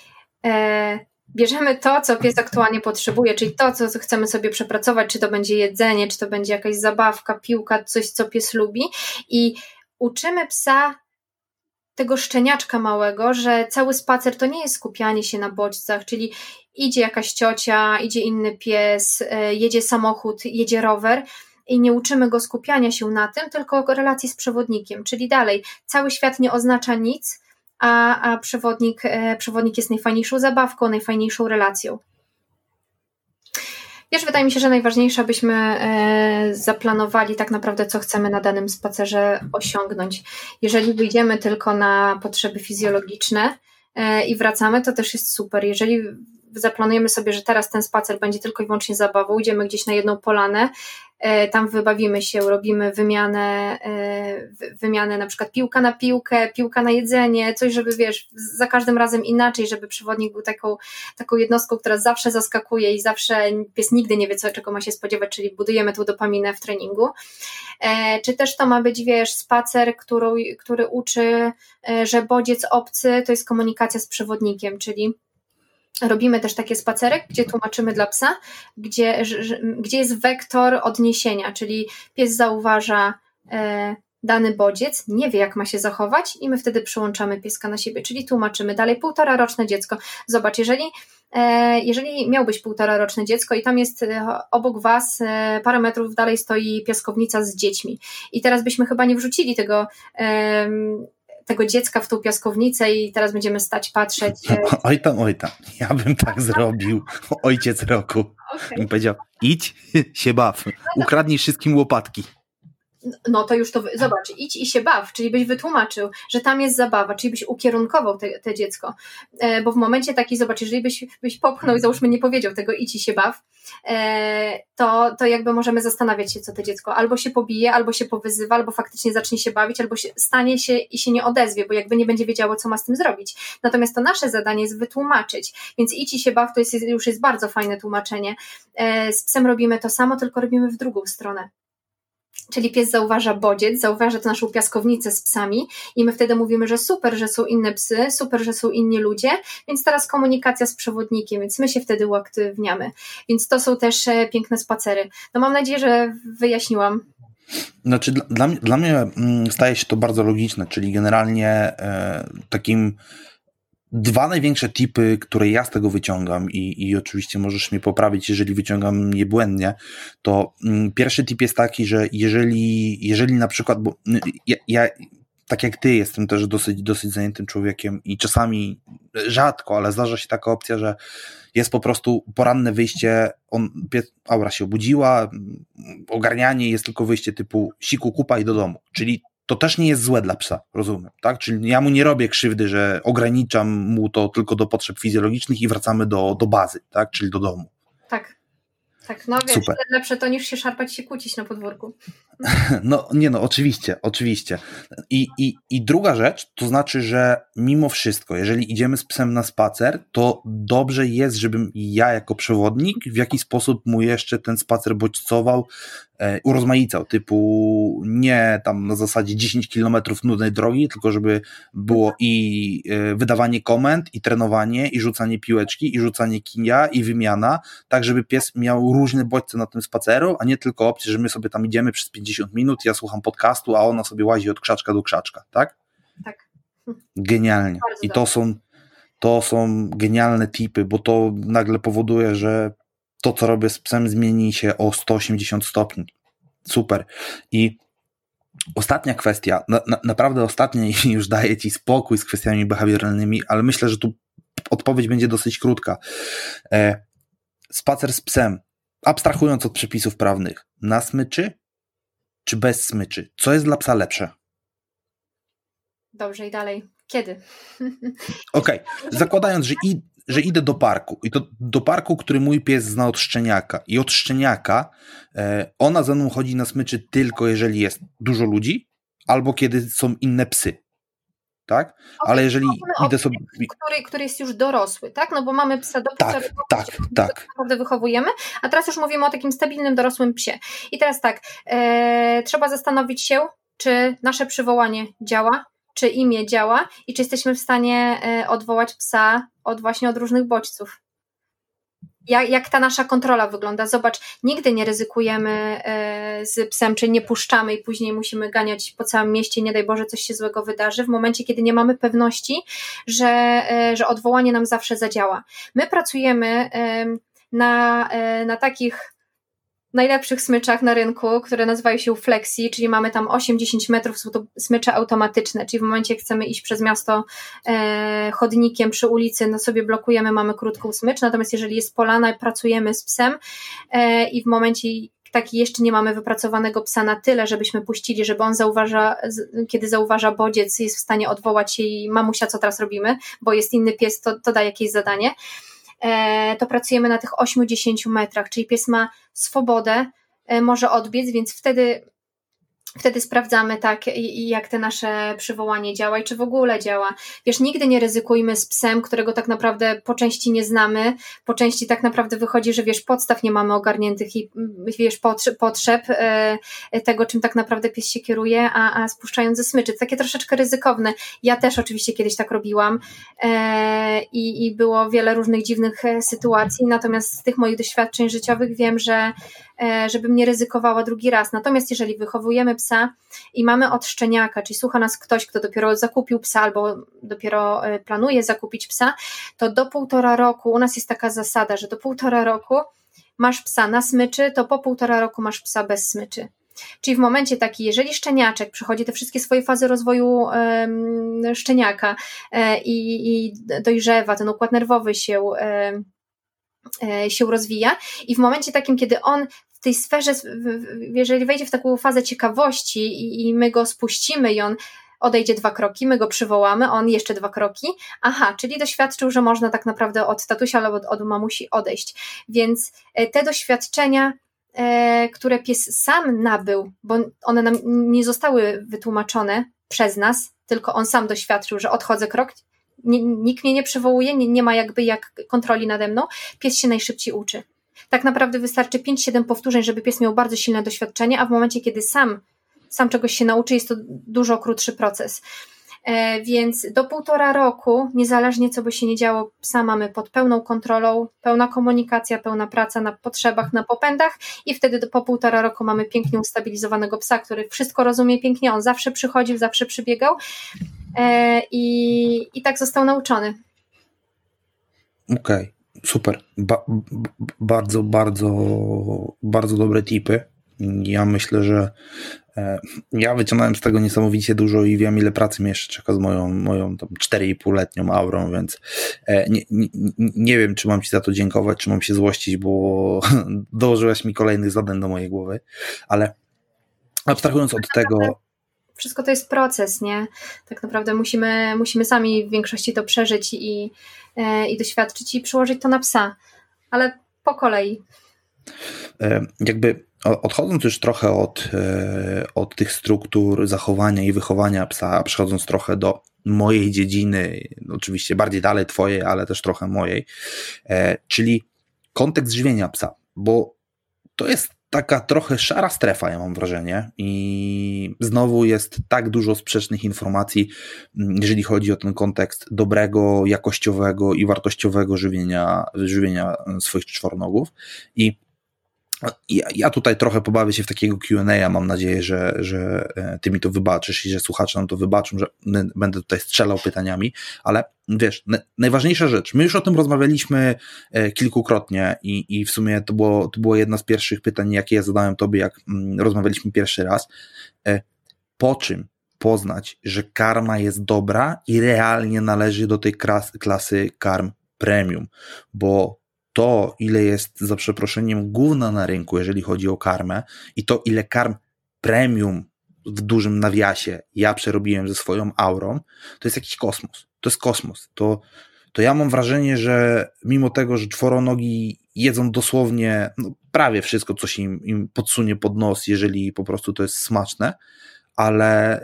bierzemy to, co pies aktualnie potrzebuje, czyli to, co chcemy sobie przepracować, czy to będzie jedzenie, czy to będzie jakaś zabawka, piłka, coś, co pies lubi i uczymy psa tego szczeniaczka małego, że cały spacer to nie jest skupianie się na bodźcach, czyli idzie jakaś ciocia, idzie inny pies, jedzie samochód, jedzie rower, i nie uczymy go skupiania się na tym, tylko relacji z przewodnikiem, czyli dalej, cały świat nie oznacza nic, a przewodnik jest najfajniejszą zabawką, najfajniejszą relacją. Wiesz, wydaje mi się, że najważniejsze, abyśmy zaplanowali tak naprawdę, co chcemy na danym spacerze osiągnąć. Jeżeli wyjdziemy tylko na potrzeby fizjologiczne i wracamy, to też jest super. Jeżeli zaplanujemy sobie, że teraz ten spacer będzie tylko i wyłącznie zabawą, idziemy gdzieś na jedną polanę, tam wybawimy się, robimy wymianę na przykład piłka na piłkę, piłka na jedzenie, coś, żeby wiesz, za każdym razem inaczej, żeby przewodnik był taką jednostką, która zawsze zaskakuje i zawsze pies nigdy nie wie, czego ma się spodziewać, czyli budujemy tą dopaminę w treningu. Czy też to ma być, wiesz, spacer, który uczy, że bodziec obcy to jest komunikacja z przewodnikiem, czyli robimy też takie spacery, gdzie tłumaczymy dla psa, gdzie jest wektor odniesienia, czyli pies zauważa dany bodziec, nie wie jak ma się zachować i my wtedy przyłączamy pieska na siebie, czyli tłumaczymy dalej 1,5-roczne dziecko. Zobacz, jeżeli miałbyś 1,5-roczne dziecko i tam jest obok was parę metrów dalej stoi piaskownica z dziećmi i teraz byśmy chyba nie wrzucili tego dziecka w tą piaskownicę i teraz będziemy stać, patrzeć.
Oj tam, ja bym tak zrobił, ojciec roku. Okay. I powiedział, idź się baw, ukradnij wszystkim łopatki.
No to już to, zobacz, idź i się baw, czyli byś wytłumaczył, że tam jest zabawa, czyli byś ukierunkował te dziecko, bo w momencie taki, zobacz, jeżeli byś popchnął i załóżmy nie powiedział tego idź i się baw, to jakby możemy zastanawiać się, co to dziecko albo się pobije, albo się powyzywa, albo faktycznie zacznie się bawić, albo stanie się i się nie odezwie, bo jakby nie będzie wiedziało, co ma z tym zrobić. Natomiast to nasze zadanie jest wytłumaczyć, więc idź i się baw to już jest bardzo fajne tłumaczenie. Z psem robimy to samo, tylko robimy w drugą stronę. Czyli pies zauważa bodziec, zauważa tę naszą piaskownicę z psami i my wtedy mówimy, że super, że są inne psy, super, że są inni ludzie, więc teraz komunikacja z przewodnikiem, więc my się wtedy uaktywniamy. Więc to są też piękne spacery. No mam nadzieję, że wyjaśniłam.
Znaczy dla mnie staje się to bardzo logiczne, czyli generalnie takim dwa największe tipy, które ja z tego wyciągam i oczywiście możesz mnie poprawić, jeżeli wyciągam niebłędnie, to pierwszy tip jest taki, że jeżeli na przykład, bo ja tak jak ty jestem też dosyć zajętym człowiekiem i czasami rzadko, ale zdarza się taka opcja, że jest po prostu poranne wyjście, Aura się obudziła, ogarnianie jest tylko wyjście typu siku, kupa i do domu, czyli to też nie jest złe dla psa, rozumiem, tak? Czyli ja mu nie robię krzywdy, że ograniczam mu to tylko do potrzeb fizjologicznych i wracamy do bazy, tak? Czyli do domu.
Tak, no wiesz, super. Lepsze to niż się szarpać, się kłócić na podwórku.
Oczywiście. I druga rzecz, to znaczy, że mimo wszystko, jeżeli idziemy z psem na spacer, to dobrze jest, żebym ja jako przewodnik w jakiś sposób mu jeszcze ten spacer bodźcował, urozmaicał, typu nie tam na zasadzie 10 km nudnej drogi, tylko żeby było i wydawanie komend, i trenowanie, i rzucanie piłeczki, i rzucanie kija, i wymiana, tak żeby pies miał różne bodźce na tym spaceru, a nie tylko opcję, że my sobie tam idziemy przez 50 minut, ja słucham podcastu, a ona sobie łazi od krzaczka do krzaczka, tak?
Tak.
Genialnie.
Bardzo
i to są genialne tipy, bo to nagle powoduje, że to, co robię z psem, zmieni się o 180 stopni. Super. I ostatnia kwestia, naprawdę ostatnia i już daję ci spokój z kwestiami behawioralnymi, ale myślę, że tu odpowiedź będzie dosyć krótka. spacer z psem, abstrahując od przepisów prawnych, na smyczy czy bez smyczy? Co jest dla psa lepsze?
Dobrze, i dalej. Kiedy?
Okej, zakładając, że idę do parku i to do parku, który mój pies zna od szczeniaka i od szczeniaka ona ze mną chodzi na smyczy tylko jeżeli jest dużo ludzi albo kiedy są inne psy, tak? Ale jeżeli idę sobie...
Który jest już dorosły, tak? No bo mamy psa do półtora roku,
tak.
Naprawdę wychowujemy, a teraz już mówimy o takim stabilnym, dorosłym psie. I teraz tak, trzeba zastanowić się, czy nasze przywołanie działa, czy imię działa i czy jesteśmy w stanie odwołać psa od różnych bodźców. Jak ta nasza kontrola wygląda? Zobacz, nigdy nie ryzykujemy z psem, czy nie puszczamy i później musimy ganiać po całym mieście, nie daj Boże, coś się złego wydarzy, w momencie, kiedy nie mamy pewności, że odwołanie nam zawsze zadziała. My pracujemy na takich najlepszych smyczach na rynku, które nazywają się Flexi, czyli mamy tam 8-10 metrów, są to smycze automatyczne, czyli w momencie, jak chcemy iść przez miasto chodnikiem przy ulicy, no sobie blokujemy, mamy krótką smycz, natomiast jeżeli jest polana i pracujemy z psem i w momencie taki jeszcze nie mamy wypracowanego psa na tyle, żebyśmy puścili, żeby on kiedy zauważa bodziec, jest w stanie odwołać się i mamusia, co teraz robimy, bo jest inny pies, to da jakieś zadanie, to pracujemy na tych 8-10 metrach, czyli pies ma swobodę, może odbiec, więc wtedy sprawdzamy tak, jak te nasze przywołanie działa i czy w ogóle działa. Wiesz, nigdy nie ryzykujmy z psem, którego tak naprawdę po części nie znamy, po części tak naprawdę wychodzi, że wiesz, podstaw nie mamy ogarniętych i wiesz, potrzeb tego, czym tak naprawdę pies się kieruje, a spuszczając ze smyczy. To takie troszeczkę ryzykowne. Ja też oczywiście kiedyś tak robiłam i było wiele różnych dziwnych sytuacji, natomiast z tych moich doświadczeń życiowych wiem, że żebym nie ryzykowała drugi raz. Natomiast jeżeli wychowujemy psa i mamy od szczeniaka, czyli słucha nas ktoś, kto dopiero zakupił psa albo dopiero planuje zakupić psa, to do 1,5 roku, u nas jest taka zasada, że do 1,5 roku masz psa na smyczy, to po 1,5 roku masz psa bez smyczy. Czyli w momencie taki, jeżeli szczeniaczek przechodzi te wszystkie swoje fazy rozwoju szczeniaka i dojrzewa, ten układ nerwowy się rozwija i w momencie takim, kiedy on w tej sferze, jeżeli wejdzie w taką fazę ciekawości i my go spuścimy i on odejdzie 2 kroki, my go przywołamy, on jeszcze 2 kroki, czyli doświadczył, że można tak naprawdę od tatusia albo od mamusi odejść. Więc te doświadczenia, które pies sam nabył, bo one nam nie zostały wytłumaczone przez nas, tylko on sam doświadczył, że odchodzę krok, nikt mnie nie przywołuje, nie ma jak kontroli nade mną, pies się najszybciej uczy. Tak naprawdę wystarczy 5-7 powtórzeń, żeby pies miał bardzo silne doświadczenie, a w momencie, kiedy sam czegoś się nauczy, jest to dużo krótszy proces. Więc do 1,5 roku, niezależnie co by się nie działo, psa mamy pod pełną kontrolą, pełna komunikacja, pełna praca na potrzebach, na popędach i wtedy po 1,5 roku mamy pięknie ustabilizowanego psa, który wszystko rozumie pięknie, on zawsze przychodził, zawsze przybiegał i tak został nauczony.
Okej, super. Bardzo, bardzo, bardzo dobre tipy. Ja myślę, że ja wyciągnąłem z tego niesamowicie dużo i wiem, ile pracy mnie jeszcze czeka z moją tam 4,5-letnią aurą, więc nie wiem, czy mam ci za to dziękować, czy mam się złościć, bo dołożyłaś mi kolejnych zadań do mojej głowy, ale abstrahując od tego...
Wszystko to jest proces, nie? Tak naprawdę musimy sami w większości to przeżyć i doświadczyć i przełożyć to na psa, ale po kolei.
Jakby odchodząc już trochę od tych struktur zachowania i wychowania psa, a przechodząc trochę do mojej dziedziny, oczywiście bardziej dalej twojej, ale też trochę mojej, czyli kontekst żywienia psa, bo to jest taka trochę szara strefa, ja mam wrażenie, i znowu jest tak dużo sprzecznych informacji, jeżeli chodzi o ten kontekst dobrego, jakościowego i wartościowego żywienia swoich czwornogów. I ja tutaj trochę pobawię się w takiego Q&A, mam nadzieję, że ty mi to wybaczysz i że słuchacze nam to wybaczą, że będę tutaj strzelał pytaniami, ale wiesz, najważniejsza rzecz, my już o tym rozmawialiśmy kilkukrotnie i w sumie to było jedno z pierwszych pytań, jakie ja zadałem tobie, jak rozmawialiśmy pierwszy raz. Po czym poznać, że karma jest dobra i realnie należy do tej klasy karm premium, bo to, ile jest za przeproszeniem gówna na rynku, jeżeli chodzi o karmę, i to, ile karm premium w dużym nawiasie ja przerobiłem ze swoją aurą, to jest jakiś kosmos. To jest kosmos. To ja mam wrażenie, że mimo tego, że czworonogi jedzą dosłownie prawie wszystko, co się im podsunie pod nos, jeżeli po prostu to jest smaczne, ale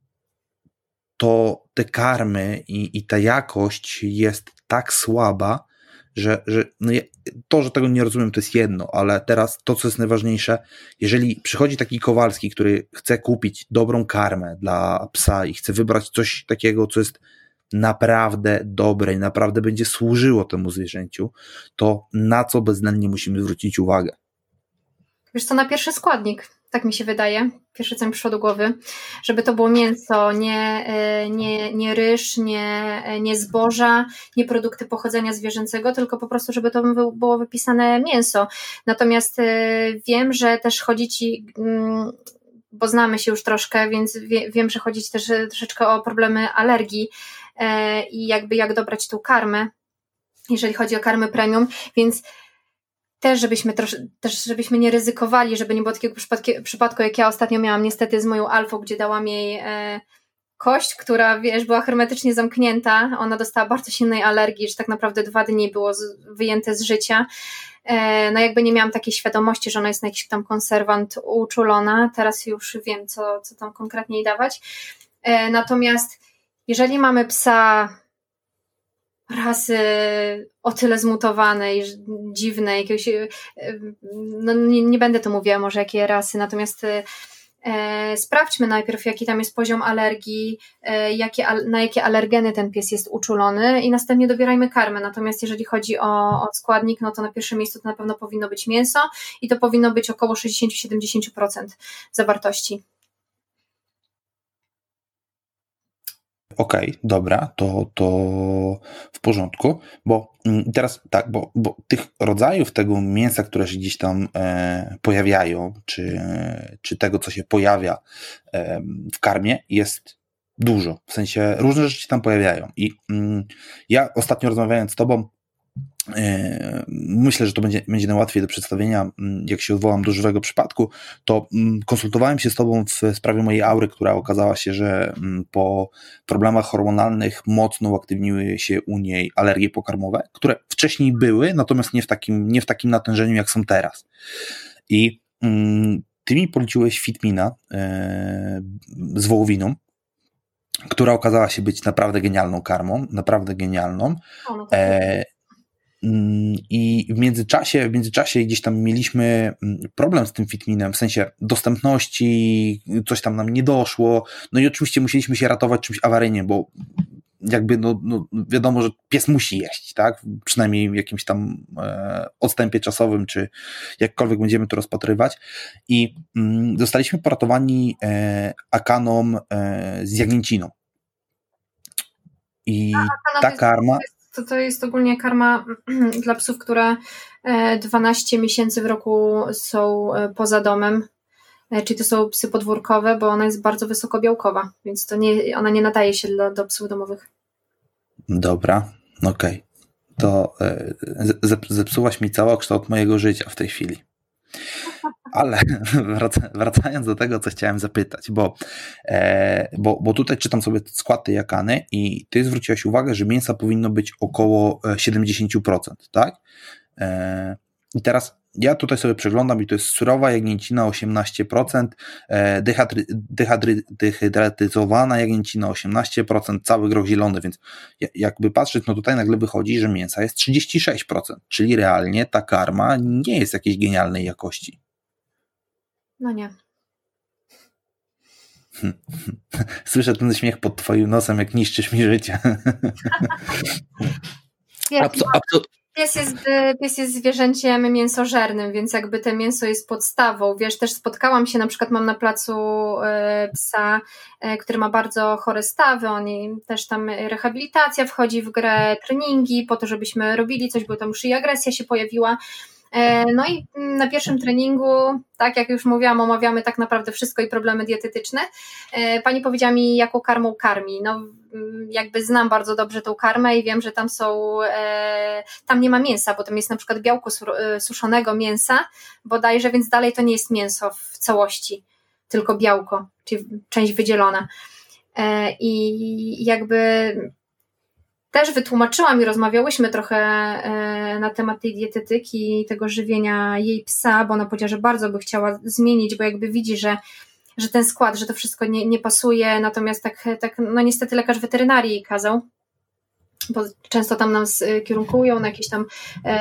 to te karmy i ta jakość jest tak słaba, że to, że tego nie rozumiem, to jest jedno, ale teraz to, co jest najważniejsze, jeżeli przychodzi taki Kowalski, który chce kupić dobrą karmę dla psa i chce wybrać coś takiego, co jest naprawdę dobre i naprawdę będzie służyło temu zwierzęciu, to na co bezwzględnie musimy zwrócić uwagę?
Wiesz co, na pierwszy składnik, tak mi się wydaje, pierwsze co mi przyszło do głowy, żeby to było mięso, nie ryż, nie zboża, nie produkty pochodzenia zwierzęcego, tylko po prostu, żeby to było wypisane mięso. Natomiast wiem, że też chodzi ci, bo znamy się już troszkę, więc wiem, że chodzi ci też troszeczkę o problemy alergii i jakby jak dobrać tą karmę, jeżeli chodzi o karmy premium, więc też żebyśmy nie ryzykowali, żeby nie było takiego przypadku, jak ja ostatnio miałam niestety z moją Alfą, gdzie dałam jej kość, która, wiesz, była hermetycznie zamknięta. Ona dostała bardzo silnej alergii, że tak naprawdę 2 dni było wyjęte z życia. No jakby nie miałam takiej świadomości, że ona jest na jakiś tam konserwant uczulona. Teraz już wiem, co tam konkretnie jej dawać. Natomiast jeżeli mamy psa rasy o tyle zmutowanej, dziwnej, jakiegoś, no nie będę tu mówiła może jakie rasy, natomiast sprawdźmy najpierw, jaki tam jest poziom alergii, na jakie alergeny ten pies jest uczulony i następnie dobierajmy karmę. Natomiast jeżeli chodzi o składnik, no to na pierwszym miejscu to na pewno powinno być mięso i to powinno być około 60-70% zawartości.
Okej, dobra, to w porządku, bo teraz tak, bo tych rodzajów tego mięsa, które się gdzieś tam pojawiają, czy tego, co się pojawia w karmie, jest dużo, w sensie różne rzeczy się tam pojawiają i ja ostatnio rozmawiając z tobą, myślę, że to będzie najłatwiej do przedstawienia, jak się odwołam do żywego przypadku, to konsultowałem się z tobą w sprawie mojej aury, która okazała się, że po problemach hormonalnych mocno uaktywniły się u niej alergie pokarmowe, które wcześniej były, natomiast nie w takim natężeniu, jak są teraz. I ty mi poleciłeś Fitmina z wołowiną, która okazała się być naprawdę genialną karmą, naprawdę genialną. I w międzyczasie gdzieś tam mieliśmy problem z tym Fitminem, w sensie dostępności, coś tam nam nie doszło, no i oczywiście musieliśmy się ratować czymś awaryjnie, bo jakby no wiadomo, że pies musi jeść, tak? Przynajmniej w jakimś tam odstępie czasowym, czy jakkolwiek będziemy to rozpatrywać i zostaliśmy poratowani akaną z jagnięciną. I ta karma...
To jest ogólnie karma dla psów, które 12 miesięcy w roku są poza domem, czyli to są psy podwórkowe, bo ona jest bardzo wysokobiałkowa, więc ona nie nadaje się do psów domowych.
Dobra, okej. To zepsułaś mi całokształt mojego życia w tej chwili. Ale wracając do tego, co chciałem zapytać, bo tutaj czytam sobie skład tej jakany i ty zwróciłaś uwagę, że mięsa powinno być około 70%, tak? I teraz ja tutaj sobie przeglądam i to jest surowa jagnięcina 18%, dehydratyzowana jagnięcina 18%, cały groch zielony, więc jakby patrzeć, no tutaj nagle wychodzi, że mięsa jest 36%, czyli realnie ta karma nie jest jakiejś genialnej jakości.
No nie.
Słyszę ten śmiech pod twoim nosem, jak niszczysz mi życie.
Pies jest zwierzęciem mięsożernym, więc jakby to mięso jest podstawą. Wiesz, też spotkałam się, na przykład mam na placu psa, który ma bardzo chore stawy, też tam rehabilitacja wchodzi w grę, treningi po to, żebyśmy robili coś, bo tam już i agresja się pojawiła. No i na pierwszym treningu, tak jak już mówiłam, omawiamy tak naprawdę wszystko i problemy dietetyczne. Pani powiedziała mi, jaką karmą karmi. No, jakby znam bardzo dobrze tą karmę i wiem, że tam nie ma mięsa, bo tam jest na przykład białko suszonego mięsa bodajże, więc dalej to nie jest mięso w całości, tylko białko, czyli część wydzielona. I jakby też wytłumaczyłam i rozmawiałyśmy trochę na temat tej dietetyki i tego żywienia jej psa, bo ona powiedziała, że bardzo by chciała zmienić, bo jakby widzi, że ten skład, że to wszystko nie pasuje, natomiast tak no niestety lekarz weterynarii jej kazał, bo często tam nas kierunkują na jakieś tam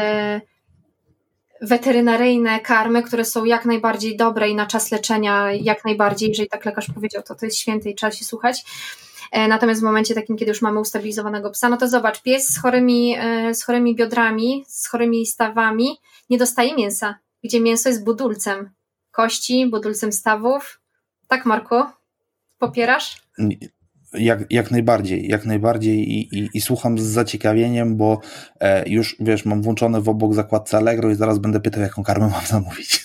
weterynaryjne karmy, które są jak najbardziej dobre i na czas leczenia jak najbardziej, jeżeli tak lekarz powiedział, to jest święte i trzeba się słuchać. Natomiast w momencie takim, kiedy już mamy ustabilizowanego psa, no to zobacz, pies z chorymi biodrami, z chorymi stawami nie dostaje mięsa, gdzie mięso jest budulcem kości, budulcem stawów. Tak, Marku? Popierasz?
Jak najbardziej i słucham z zaciekawieniem, bo już wiesz, mam włączone w obok zakładce Allegro i zaraz będę pytał, jaką karmę mam zamówić.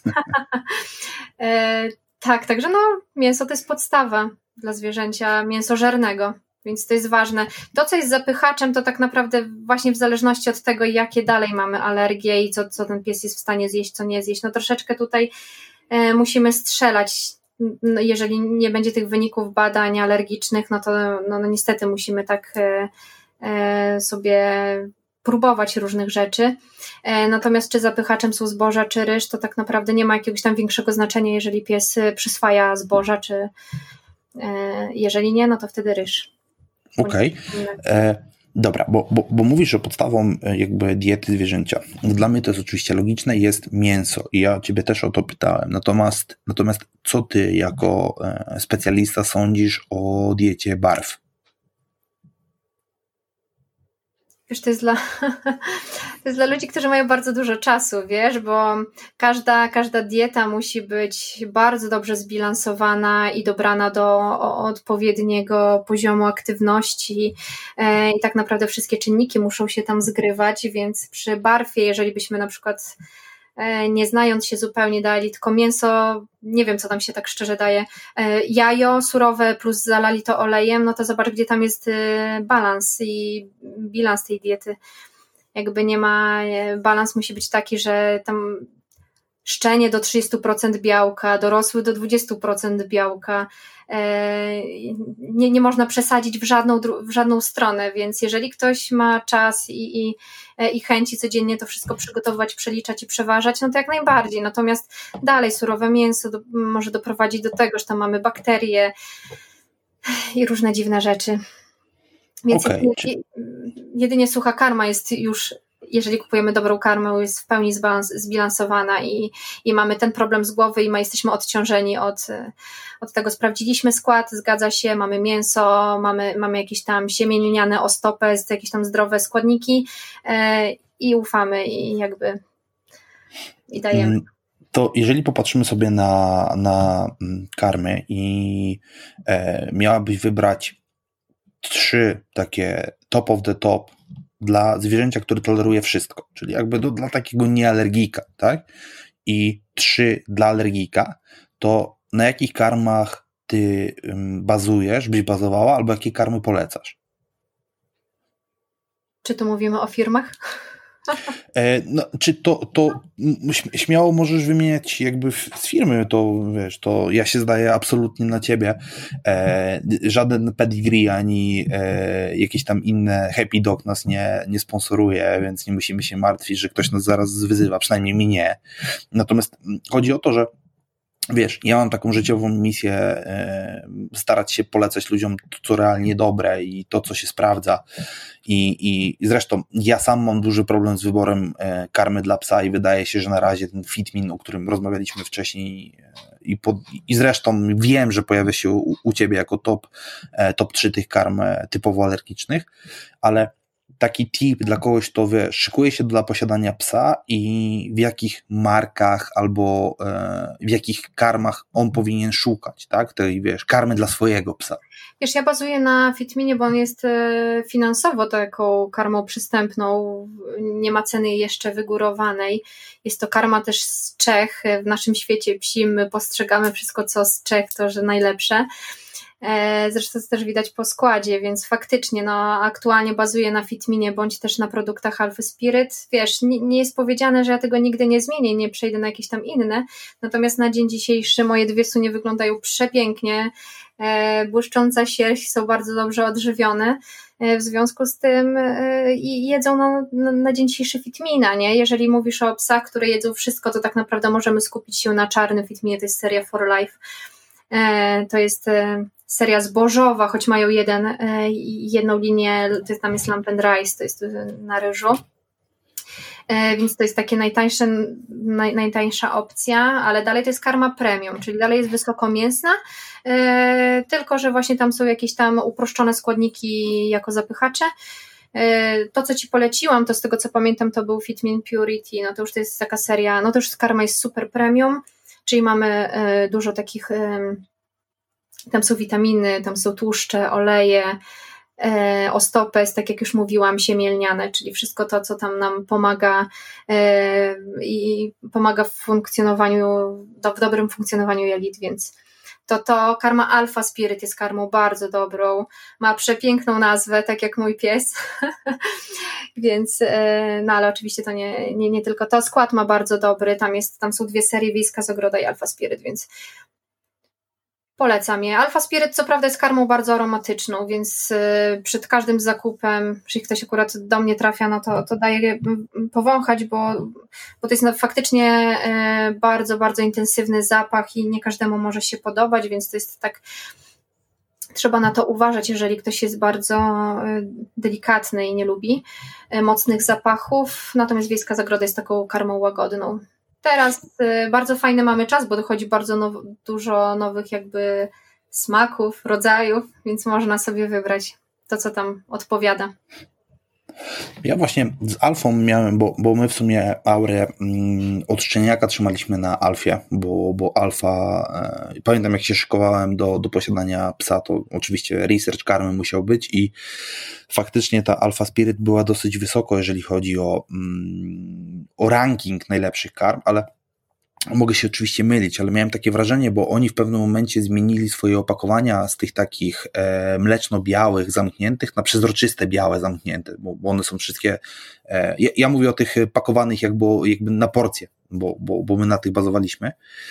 Tak, także no mięso to jest podstawa dla zwierzęcia mięsożernego, więc to jest ważne. To, co jest zapychaczem, to tak naprawdę właśnie w zależności od tego, jakie dalej mamy alergie i co ten pies jest w stanie zjeść, co nie zjeść, no troszeczkę tutaj musimy strzelać. No, jeżeli nie będzie tych wyników badań alergicznych, no to no niestety musimy tak sobie próbować różnych rzeczy. Natomiast czy zapychaczem są zboża, czy ryż, to tak naprawdę nie ma jakiegoś tam większego znaczenia, jeżeli pies przyswaja zboża, czy jeżeli nie, no to wtedy ryż.
Okej. Dobra, bo mówisz, że podstawą jakby diety zwierzęcia, dla mnie to jest oczywiście logiczne, jest mięso i ja ciebie też o to pytałem, natomiast co ty jako specjalista sądzisz o diecie barw?
Wiesz, to jest dla ludzi, którzy mają bardzo dużo czasu, wiesz, bo każda dieta musi być bardzo dobrze zbilansowana i dobrana do odpowiedniego poziomu aktywności i tak naprawdę wszystkie czynniki muszą się tam zgrywać, więc przy barwie, jeżeli byśmy na przykład nie znając się zupełnie dali tylko mięso, nie wiem co tam się tak szczerze daje, jajo surowe plus zalali to olejem, no to zobacz gdzie tam jest balans i bilans tej diety. Jakby nie ma, balans musi być taki, że tam szczenie do 30% białka, dorosły do 20% białka, nie można przesadzić w żadną stronę, więc jeżeli ktoś ma czas i chęci codziennie to wszystko przygotowywać, przeliczać i przeważać, no to jak najbardziej, natomiast dalej surowe mięso może doprowadzić do tego, że tam mamy bakterie i różne dziwne rzeczy, więc jedynie sucha karma jest już, jeżeli kupujemy dobrą karmę, jest w pełni zbilansowana i mamy ten problem z głowy i jesteśmy odciążeni od tego. Sprawdziliśmy skład, zgadza się, mamy mięso, mamy jakieś tam siemię lniane, ostopę, jakieś tam zdrowe składniki i ufamy i jakby i dajemy.
To jeżeli popatrzymy sobie na karmy i miałabyś wybrać 3 takie top of the top dla zwierzęcia, które toleruje wszystko, czyli jakby dla takiego niealergika, tak? I 3 dla alergika, to na jakich karmach ty byś bazowała, albo jakie karmy polecasz?
Czy tu mówimy o firmach?
No, czy to śmiało możesz wymieniać jakby z firmy, to wiesz, to ja się zdaję absolutnie na ciebie. Żaden pedigree ani jakieś tam inne Happy Dog nas nie sponsoruje, więc nie musimy się martwić, że ktoś nas zaraz wyzywa, przynajmniej mi nie. Natomiast chodzi o to, że wiesz, ja mam taką życiową misję starać się polecać ludziom to, co realnie dobre i to, co się sprawdza. I zresztą ja sam mam duży problem z wyborem karmy dla psa i wydaje się, że na razie ten Fitmin, o którym rozmawialiśmy wcześniej i zresztą wiem, że pojawia się u ciebie jako top 3 tych karm typowo alergicznych, ale taki tip dla kogoś, kto szykuje się dla posiadania psa i w jakich markach albo w jakich karmach on powinien szukać, tak? Tej, karmy dla swojego psa.
Ja bazuję na Fitminie, bo on jest finansowo taką karmą przystępną, nie ma ceny jeszcze wygórowanej. Jest to karma też z Czech. W naszym świecie psim my postrzegamy wszystko, co z Czech, to że najlepsze. Zresztą to też widać po składzie, więc faktycznie aktualnie bazuję na Fitminie bądź też na produktach Alpha Spirit. Nie jest powiedziane, że ja tego nigdy nie zmienię, nie przejdę na jakieś tam inne, natomiast na dzień dzisiejszy moje dwie sunie wyglądają przepięknie, błyszcząca sierść, są bardzo dobrze odżywione, w związku z tym i jedzą na dzień dzisiejszy Fitmina, nie? Jeżeli mówisz o psach, które jedzą wszystko, to tak naprawdę możemy skupić się na czarnym Fitminie, to jest seria For Life. To jest seria zbożowa, choć mają jedną linię, tam jest Lamp and Rice, to jest na ryżu, więc to jest takie najtańsza opcja, ale dalej to jest karma premium, czyli dalej jest wysokomięsna, tylko że właśnie tam są jakieś tam uproszczone składniki jako zapychacze. To, co Ci poleciłam, to z tego co pamiętam, to był Fitmin Purity, to już to jest taka seria, to już karma jest super premium, czyli mamy dużo takich, tam są witaminy, tam są tłuszcze, oleje, ostopes, tak jak już mówiłam, siemielniane, czyli wszystko to, co tam nam pomaga i pomaga w dobrym funkcjonowaniu jelit, więc to karma Alpha Spirit jest karmą bardzo dobrą, ma przepiękną nazwę, tak jak mój pies, więc, ale oczywiście to nie tylko to, skład ma bardzo dobry, tam są dwie serie, Wiejska z Ogroda i Alpha Spirit, więc polecam je. Alpha Spirit co prawda jest karmą bardzo aromatyczną, więc przed każdym zakupem, jeśli ktoś akurat do mnie trafia, to daję powąchać, bo to jest faktycznie bardzo, bardzo intensywny zapach i nie każdemu może się podobać, więc to jest tak, trzeba na to uważać, jeżeli ktoś jest bardzo delikatny i nie lubi mocnych zapachów, natomiast Wiejska Zagroda jest taką karmą łagodną. Teraz bardzo fajny mamy czas, bo dochodzi bardzo dużo nowych jakby smaków, rodzajów, więc można sobie wybrać to, co tam odpowiada.
Ja właśnie z Alfą miałem, bo my w sumie Aurę od szczeniaka trzymaliśmy na Alfie, bo Alfa, pamiętam jak się szykowałem do posiadania psa, to oczywiście research karmy musiał być i faktycznie ta Alpha Spirit była dosyć wysoko, jeżeli chodzi o ranking najlepszych karm, ale mogę się oczywiście mylić, ale miałem takie wrażenie, bo oni w pewnym momencie zmienili swoje opakowania z tych takich mleczno-białych zamkniętych na przezroczyste białe zamknięte, bo one są wszystkie, ja mówię o tych pakowanych jakby na porcje, bo my na tych bazowaliśmy.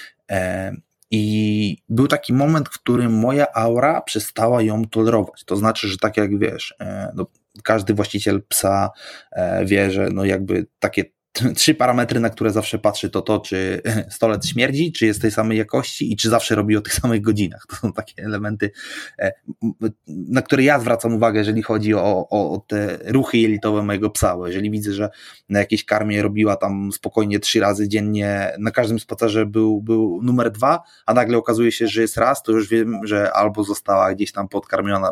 I był taki moment, w którym moja Aura przestała ją tolerować. To znaczy, że tak jak wiesz, każdy właściciel psa wie, że jakby takie 3 parametry, na które zawsze patrzy, to czy stolec śmierdzi, czy jest tej samej jakości i czy zawsze robi o tych samych godzinach. To są takie elementy, na które ja zwracam uwagę, jeżeli chodzi o te ruchy jelitowe mojego psa, bo jeżeli widzę, że na jakiejś karmie robiła tam spokojnie 3 razy dziennie, na każdym spacerze był numer 2, a nagle okazuje się, że jest raz, to już wiem, że albo została gdzieś tam podkarmiona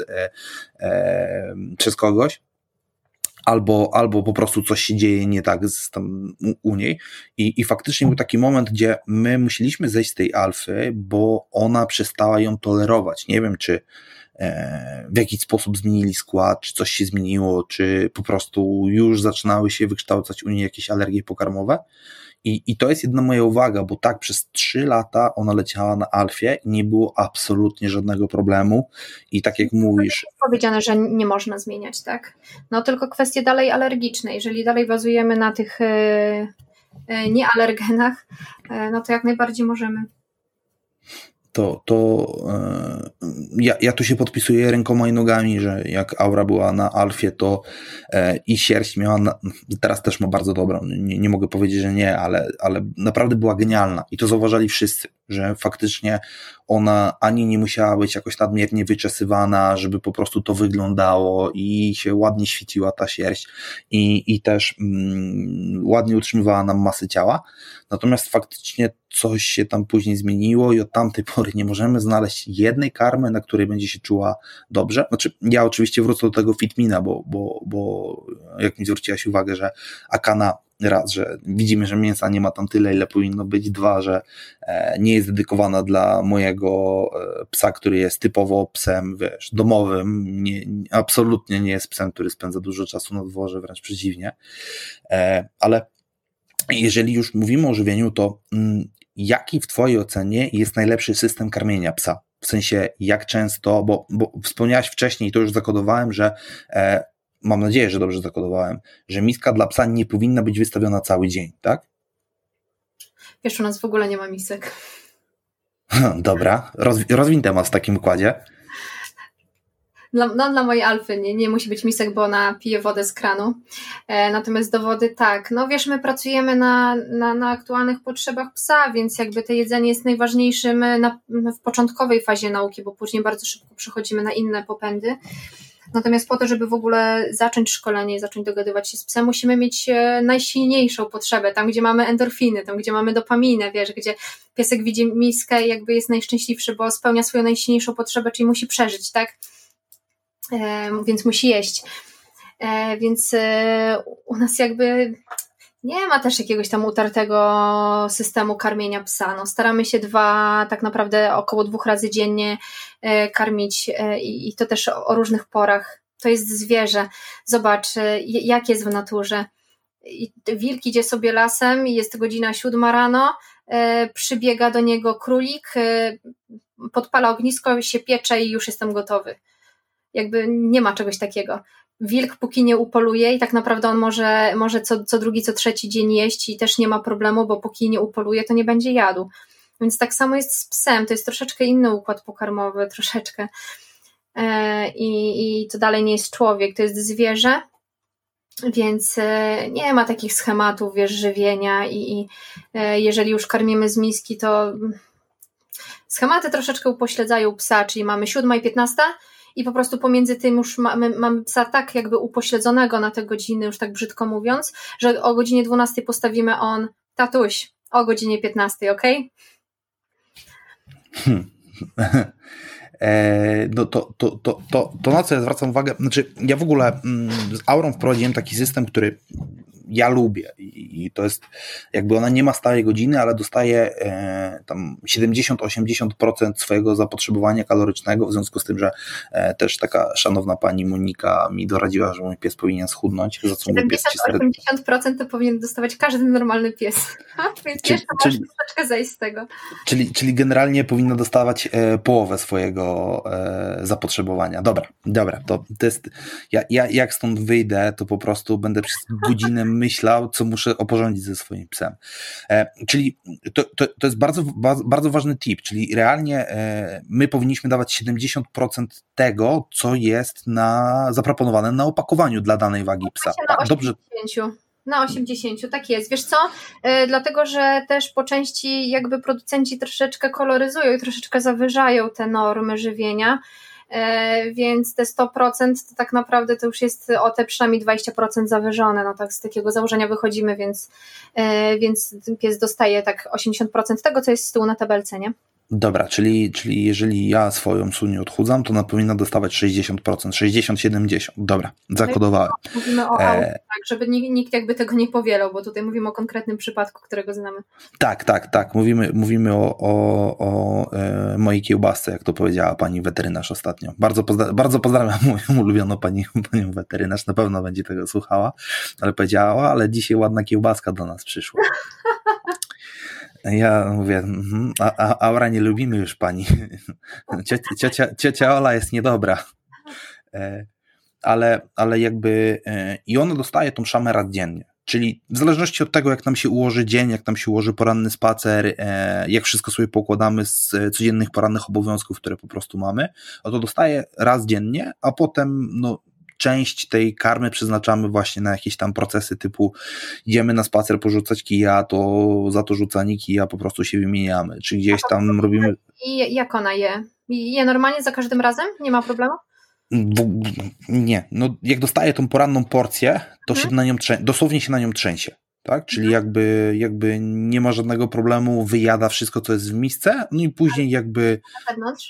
przez kogoś, albo po prostu coś się dzieje nie tak tam u niej i faktycznie był taki moment, gdzie my musieliśmy zejść z tej Alfy, bo ona przestała ją tolerować. Nie wiem, czy w jakiś sposób zmienili skład, czy coś się zmieniło, czy po prostu już zaczynały się wykształcać u niej jakieś alergie pokarmowe. I to jest jedna moja uwaga, bo tak przez 3 lata ona leciała na Alfie i nie było absolutnie żadnego problemu i tak jak mówisz...
Powiedziane, że nie można zmieniać, tak? Tylko kwestie dalej alergiczne. Jeżeli dalej bazujemy na tych niealergenach, to jak najbardziej możemy.
Ja tu się podpisuję rękoma i nogami, że jak Aura była na Alfie, to i sierść miała, teraz też ma bardzo dobrą, nie mogę powiedzieć, że nie, ale naprawdę była genialna i to zauważali wszyscy, że faktycznie ona ani nie musiała być jakoś nadmiernie wyczesywana, żeby po prostu to wyglądało i się ładnie świeciła ta sierść i też ładnie utrzymywała nam masę ciała. Natomiast faktycznie coś się tam później zmieniło i od tamtej pory nie możemy znaleźć jednej karmy, na której będzie się czuła dobrze. Znaczy, ja oczywiście wrócę do tego Fitmina, bo jak mi zwróciłaś uwagę, że Akana raz, że widzimy, że mięsa nie ma tam tyle, ile powinno być, dwa, że nie jest dedykowana dla mojego psa, który jest typowo psem, wiesz, domowym, absolutnie nie jest psem, który spędza dużo czasu na dworze, wręcz przeciwnie, ale jeżeli już mówimy o żywieniu, to jaki w twojej ocenie jest najlepszy system karmienia psa? W sensie jak często, bo wspomniałaś wcześniej, to już zakodowałem, że mam nadzieję, że dobrze zakodowałem, że miska dla psa nie powinna być wystawiona cały dzień, tak?
Wiesz, u nas w ogóle nie ma misek.
Dobra, rozwiń temat w takim układzie.
Dla mojej Alfy nie musi być misek, bo ona pije wodę z kranu. Natomiast do wody tak. No wiesz, my pracujemy na aktualnych potrzebach psa, więc jakby to jedzenie jest najważniejszym w początkowej fazie nauki, bo później bardzo szybko przechodzimy na inne popędy. Natomiast po to, żeby w ogóle zacząć szkolenie i zacząć dogadywać się z psem, musimy mieć najsilniejszą potrzebę, tam gdzie mamy endorfiny, tam gdzie mamy dopaminę, wiesz, gdzie piesek widzi miskę i jakby jest najszczęśliwszy, bo spełnia swoją najsilniejszą potrzebę, czyli musi przeżyć, tak? Więc musi jeść. Więc u nas jakby nie ma też jakiegoś tam utartego systemu karmienia psa. No, staramy się tak naprawdę około 2 razy dziennie karmić i to też o różnych porach. To jest zwierzę. Zobacz, jak jest w naturze. Wilk idzie sobie lasem, jest godzina 7 rano, przybiega do niego królik, podpala ognisko, się piecze i już jestem gotowy. Jakby nie ma czegoś takiego. Wilk póki nie upoluje i tak naprawdę on może co drugi, co trzeci dzień jeść i też nie ma problemu, bo póki nie upoluje, to nie będzie jadł. Więc tak samo jest z psem, to jest troszeczkę inny układ pokarmowy, troszeczkę. I to dalej nie jest człowiek, to jest zwierzę, więc nie ma takich schematów, wiesz, żywienia i jeżeli już karmimy z miski, to schematy troszeczkę upośledzają psa, czyli mamy 7 i 15 i po prostu pomiędzy tym już mamy psa tak jakby upośledzonego na te godziny, już tak brzydko mówiąc, że o godzinie 12 postawimy tatuś, o godzinie 15, okej?
No to na co ja zwracam uwagę, znaczy ja w ogóle z Aurą wprowadziłem taki system, który ja lubię i to jest jakby ona nie ma stałej godziny, ale dostaje tam 70-80% swojego zapotrzebowania kalorycznego, w związku z tym, że też taka szanowna pani Monika mi doradziła, że mój pies powinien schudnąć, za co mój pies
70-80% to powinien dostawać każdy normalny pies, więc jeszcze masz troszeczkę zejść z tego.
Czyli generalnie powinno dostawać połowę swojego zapotrzebowania. Dobra, to jest ja jak stąd wyjdę, to po prostu będę przez godzinę myślał, co muszę oporządzić ze swoim psem. Czyli to jest bardzo, bardzo ważny tip, czyli realnie my powinniśmy dawać 70% tego, co jest zaproponowane na opakowaniu dla danej wagi psa.
Tak? Dobrze. Na 80, tak jest. Wiesz co? Dlatego, że też po części jakby producenci troszeczkę koloryzują i troszeczkę zawyżają te normy żywienia, więc te 100% to tak naprawdę to już jest o te przynajmniej 20% zawyżone, no tak z takiego założenia wychodzimy, więc pies dostaje tak 80% tego, co jest z tyłu na tabelce, nie?
Dobra, czyli jeżeli ja swoją Sunię odchudzam, to ona powinna dostawać 60%, 60-70%. Dobra, zakodowałem.
Mówimy o tak, żeby nikt jakby tego nie powielał, bo tutaj mówimy o konkretnym przypadku, którego znamy.
Tak. Mówimy o mojej kiełbasce, jak to powiedziała pani weterynarz ostatnio. Bardzo pozdrawiam moją ulubioną panią weterynarz, na pewno będzie tego słuchała, ale powiedziała, ale dzisiaj ładna kiełbaska do nas przyszła. Ja mówię, Aura, nie lubimy już pani. Ciocia Ola jest niedobra. Ale jakby i ona dostaje tą szamę raz dziennie. Czyli w zależności od tego, jak nam się ułoży dzień, jak nam się ułoży poranny spacer, jak wszystko sobie poukładamy z codziennych porannych obowiązków, które po prostu mamy, to dostaje raz dziennie, a potem część tej karmy przeznaczamy właśnie na jakieś tam procesy typu idziemy na spacer porzucać kija, to za to rzucanie kija po prostu się wymieniamy, czy gdzieś tam robimy...
I jak ona je? Je normalnie za każdym razem? Nie ma problemu?
Nie, no jak dostaje tą poranną porcję, to się na nią dosłownie się na nią trzęsie, tak? Czyli jakby nie ma żadnego problemu, wyjada wszystko, co jest w misce, no i później jakby...
Na zewnątrz?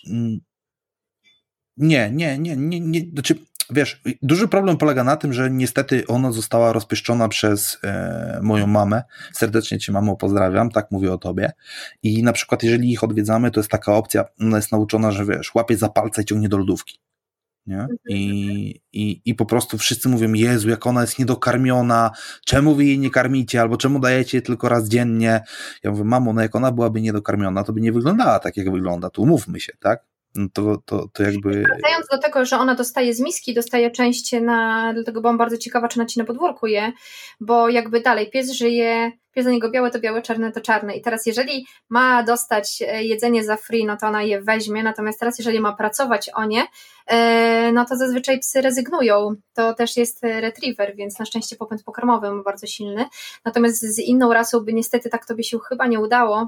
Nie, znaczy, wiesz, duży problem polega na tym, że niestety ona została rozpieszczona przez moją mamę. Serdecznie cię, mamo, pozdrawiam, tak mówię o tobie. I na przykład jeżeli ich odwiedzamy, to jest taka opcja, ona jest nauczona, że wiesz, łapie za palce i ciągnie do lodówki. Nie? I po prostu wszyscy mówią, Jezu, jak ona jest niedokarmiona, czemu wy jej nie karmicie, albo czemu dajecie tylko raz dziennie. Ja mówię, mamo, no jak ona byłaby niedokarmiona, to by nie wyglądała tak, jak wygląda, to umówmy się, tak? No to jakby...
Wracając do tego, że ona dostaje z miski, dostaje część dlatego byłam bardzo ciekawa, czy ona ci na podwórku je, bo jakby dalej, pies żyje, pies za niego białe to białe, czarne to czarne i teraz jeżeli ma dostać jedzenie za free, no to ona je weźmie, natomiast teraz jeżeli ma pracować o nie, no to zazwyczaj psy rezygnują, to też jest retriever, więc na szczęście popęd pokarmowy ma bardzo silny, natomiast z inną rasą by niestety tak to by się chyba nie udało,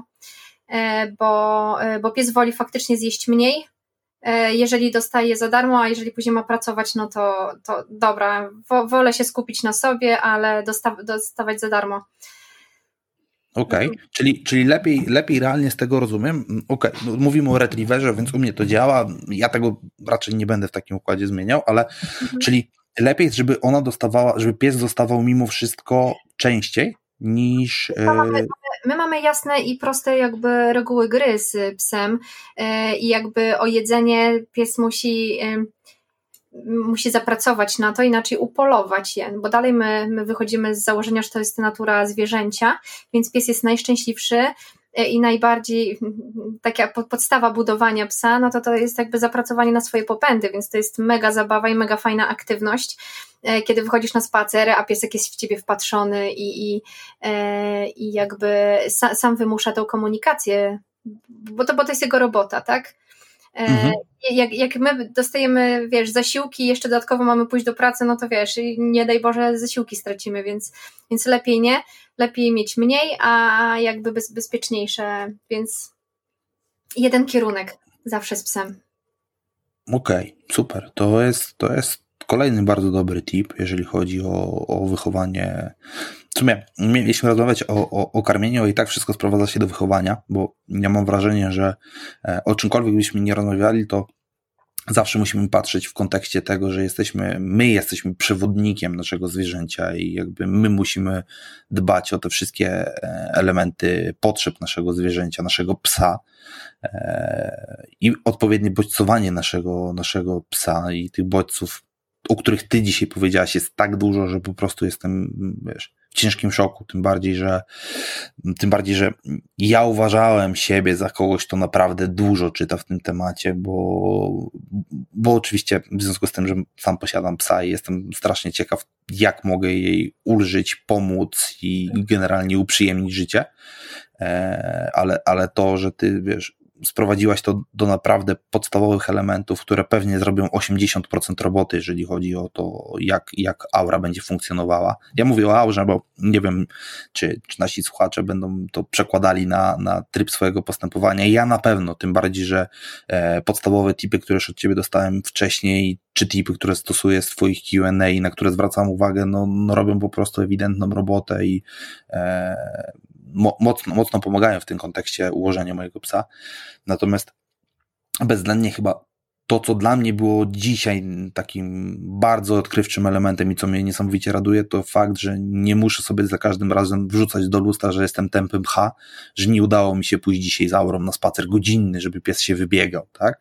bo pies woli faktycznie zjeść mniej, jeżeli dostaje za darmo, a jeżeli później ma pracować, no to dobra, wolę się skupić na sobie, ale dostawać za darmo.
Okej, czyli lepiej realnie z tego rozumiem. Okej, no mówimy o retrieverze, więc u mnie to działa. Ja tego raczej nie będę w takim układzie zmieniał, ale czyli lepiej, żeby ona dostawała, żeby pies dostawał mimo wszystko częściej niż...
My mamy jasne i proste jakby reguły gry z psem i jakby o jedzenie pies musi zapracować na to, inaczej upolować je, bo dalej my wychodzimy z założenia, że to jest natura zwierzęcia, więc pies jest najszczęśliwszy i najbardziej taka podstawa budowania psa, no to jest jakby zapracowanie na swoje popędy, więc to jest mega zabawa i mega fajna aktywność, kiedy wychodzisz na spacer, a piesek jest w ciebie wpatrzony i jakby sam wymusza tą komunikację, bo to jest jego robota, tak? Jak my dostajemy, wiesz, zasiłki, jeszcze dodatkowo mamy pójść do pracy, no to wiesz, nie daj Boże, zasiłki stracimy, więc lepiej nie, lepiej mieć mniej, a jakby bezpieczniejsze, więc jeden kierunek zawsze z psem.
Okej, super, to jest kolejny bardzo dobry tip, jeżeli chodzi o wychowanie. W sumie mieliśmy rozmawiać o karmieniu i tak wszystko sprowadza się do wychowania, bo ja mam wrażenie, że o czymkolwiek byśmy nie rozmawiali, to zawsze musimy patrzeć w kontekście tego, że my jesteśmy przewodnikiem naszego zwierzęcia i jakby my musimy dbać o te wszystkie elementy potrzeb naszego zwierzęcia, naszego psa i odpowiednie bodźcowanie naszego psa i tych bodźców, o których ty dzisiaj powiedziałaś, jest tak dużo, że po prostu jestem, wiesz, w ciężkim szoku, tym bardziej, że ja uważałem siebie za kogoś, kto naprawdę dużo czyta w tym temacie, bo oczywiście w związku z tym, że sam posiadam psa i jestem strasznie ciekaw, jak mogę jej ulżyć, pomóc i generalnie uprzyjemnić życie, ale to, że ty, wiesz, sprowadziłaś to do naprawdę podstawowych elementów, które pewnie zrobią 80% roboty, jeżeli chodzi o to, jak aura będzie funkcjonowała. Ja mówię o aurze, bo nie wiem, czy nasi słuchacze będą to przekładali na tryb swojego postępowania. Ja na pewno, tym bardziej, że podstawowe tipy, które już od ciebie dostałem wcześniej, czy tipy, które stosuję z twoich Q&A i na które zwracam uwagę, no robią po prostu ewidentną robotę i mocno pomagają w tym kontekście ułożenia mojego psa. Natomiast bezwzględnie chyba to, co dla mnie było dzisiaj takim bardzo odkrywczym elementem i co mnie niesamowicie raduje, to fakt, że nie muszę sobie za każdym razem wrzucać do lustra, że jestem tępym pcha, że nie udało mi się pójść dzisiaj z aurą na spacer godzinny, żeby pies się wybiegał, tak?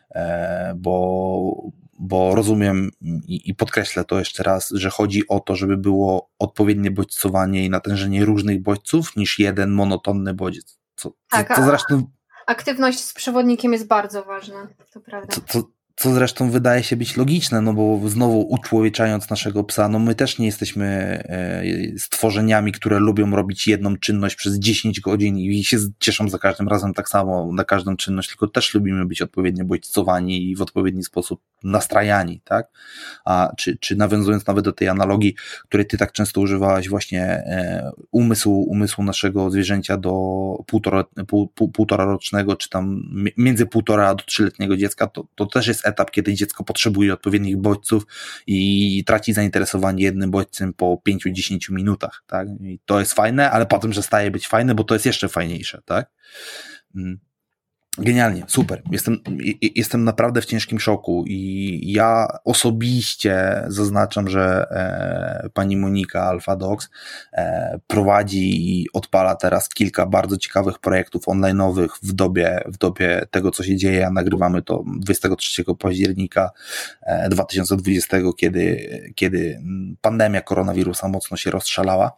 Bo rozumiem i podkreślę to jeszcze raz, że chodzi o to, żeby było odpowiednie bodźcowanie i natężenie różnych bodźców niż jeden monotonny bodziec. Co zresztą...
Aktywność z przewodnikiem jest bardzo ważna, to prawda.
co zresztą wydaje się być logiczne, no bo znowu uczłowieczając naszego psa, no my też nie jesteśmy stworzeniami, które lubią robić jedną czynność przez 10 godzin i się cieszą za każdym razem tak samo na każdą czynność, tylko też lubimy być odpowiednio bodźcowani i w odpowiedni sposób nastrajani, tak? Czy nawiązując nawet do tej analogii, której ty tak często używałaś, właśnie umysłu naszego zwierzęcia do półtorarocznego, czy tam między 1,5 a 3-letniego dziecka, to też jest etap, kiedy dziecko potrzebuje odpowiednich bodźców i traci zainteresowanie jednym bodźcem po 5-10 minutach, tak? I to jest fajne, ale potem przestaje być fajne, bo to jest jeszcze fajniejsze, tak? Genialnie, super. Jestem naprawdę w ciężkim szoku i ja osobiście zaznaczam, że pani Monika Alpha Dogs prowadzi i odpala teraz kilka bardzo ciekawych projektów online'owych w dobie tego, co się dzieje. A nagrywamy to 23 października 2020, kiedy pandemia koronawirusa mocno się rozszalała.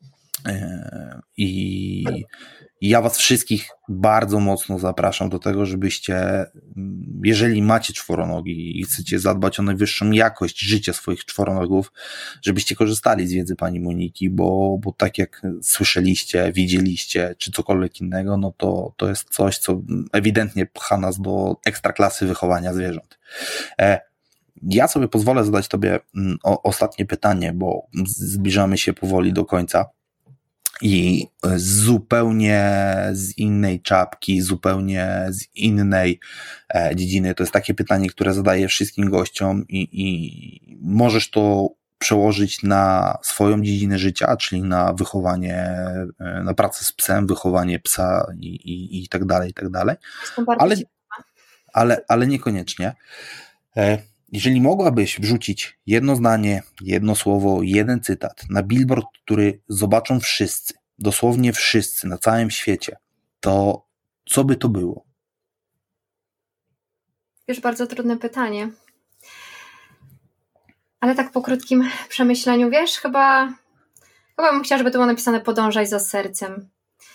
I ja was wszystkich bardzo mocno zapraszam do tego, żebyście, jeżeli macie czworonogi i chcecie zadbać o najwyższą jakość życia swoich czworonogów, żebyście korzystali z wiedzy pani Moniki, bo tak jak słyszeliście, widzieliście, czy cokolwiek innego, no to jest coś, co ewidentnie pcha nas do ekstraklasy wychowania zwierząt. Ja sobie pozwolę zadać tobie ostatnie pytanie, bo zbliżamy się powoli do końca. I zupełnie z innej czapki, zupełnie z innej dziedziny. To jest takie pytanie, które zadaję wszystkim gościom i możesz to przełożyć na swoją dziedzinę życia, czyli na wychowanie, na pracę z psem, wychowanie psa i tak dalej, i tak dalej. Ale niekoniecznie. Jeżeli mogłabyś wrzucić jedno zdanie, jedno słowo, jeden cytat na billboard, który zobaczą wszyscy, dosłownie wszyscy na całym świecie, to co by to było?
Wiesz, bardzo trudne pytanie. Ale tak po krótkim przemyśleniu, wiesz, chyba bym chciała, żeby to było napisane podążaj za sercem.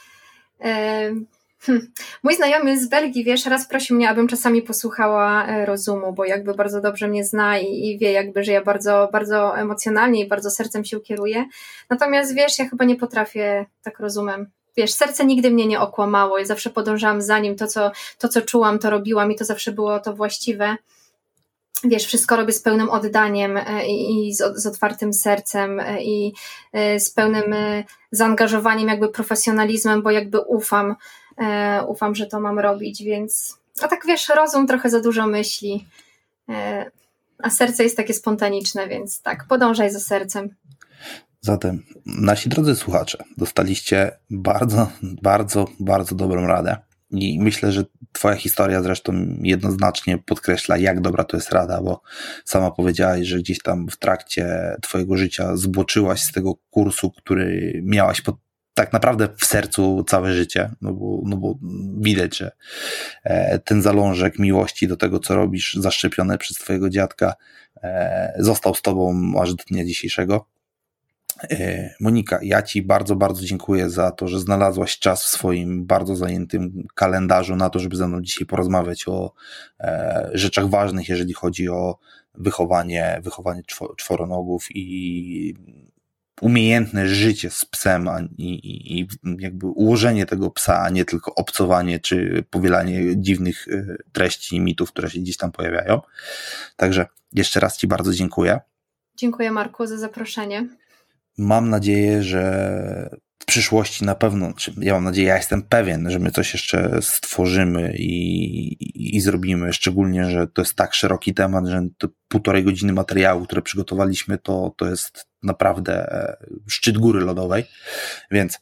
Mój znajomy z Belgii, wiesz, raz prosił mnie, abym czasami posłuchała rozumu, bo jakby bardzo dobrze mnie zna i wie jakby, że ja bardzo, bardzo emocjonalnie i bardzo sercem się kieruję. Natomiast wiesz, ja chyba nie potrafię tak rozumem. Wiesz, serce nigdy mnie nie okłamało, ja zawsze podążałam za nim, to co czułam, to robiłam i to zawsze było to właściwe. Wiesz, wszystko robię z pełnym oddaniem i z otwartym sercem i z pełnym zaangażowaniem, jakby profesjonalizmem, bo jakby ufam, że to mam robić, więc a tak wiesz, rozum trochę za dużo myśli, a serce jest takie spontaniczne, więc tak, podążaj za sercem.
Zatem nasi drodzy słuchacze, dostaliście bardzo, bardzo, bardzo dobrą radę i myślę, że twoja historia zresztą jednoznacznie podkreśla, jak dobra to jest rada, bo sama powiedziałaś, że gdzieś tam w trakcie twojego życia zboczyłaś z tego kursu, który miałaś tak naprawdę w sercu całe życie, no bo widać, że ten zalążek miłości do tego, co robisz, zaszczepiony przez twojego dziadka, został z tobą aż do dnia dzisiejszego. Monika, ja ci bardzo, bardzo dziękuję za to, że znalazłaś czas w swoim bardzo zajętym kalendarzu na to, żeby ze mną dzisiaj porozmawiać o rzeczach ważnych, jeżeli chodzi o wychowanie czworonogów i umiejętne życie z psem i jakby ułożenie tego psa, a nie tylko obcowanie czy powielanie dziwnych treści i mitów, które się gdzieś tam pojawiają. Także jeszcze raz ci bardzo dziękuję.
Dziękuję, Marku, za zaproszenie.
Mam nadzieję, że w przyszłości na pewno, ja jestem pewien, że my coś jeszcze stworzymy i zrobimy, szczególnie, że to jest tak szeroki temat, że to 1,5 godziny materiału, które przygotowaliśmy, to jest naprawdę szczyt góry lodowej, więc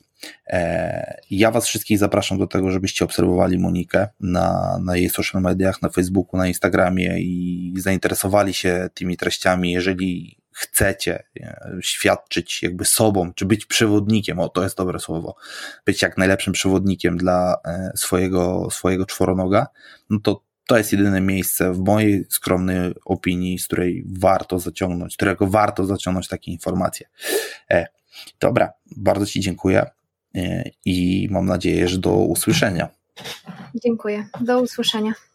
ja was wszystkich zapraszam do tego, żebyście obserwowali Monikę na jej social mediach, na Facebooku, na Instagramie i zainteresowali się tymi treściami. Jeżeli chcecie świadczyć jakby sobą, czy być przewodnikiem, to jest dobre słowo, być jak najlepszym przewodnikiem dla swojego czworonoga, no to jest jedyne miejsce w mojej skromnej opinii, z którego warto zaciągnąć takie informacje. Dobra, bardzo ci dziękuję i mam nadzieję, że do usłyszenia.
Dziękuję, do usłyszenia.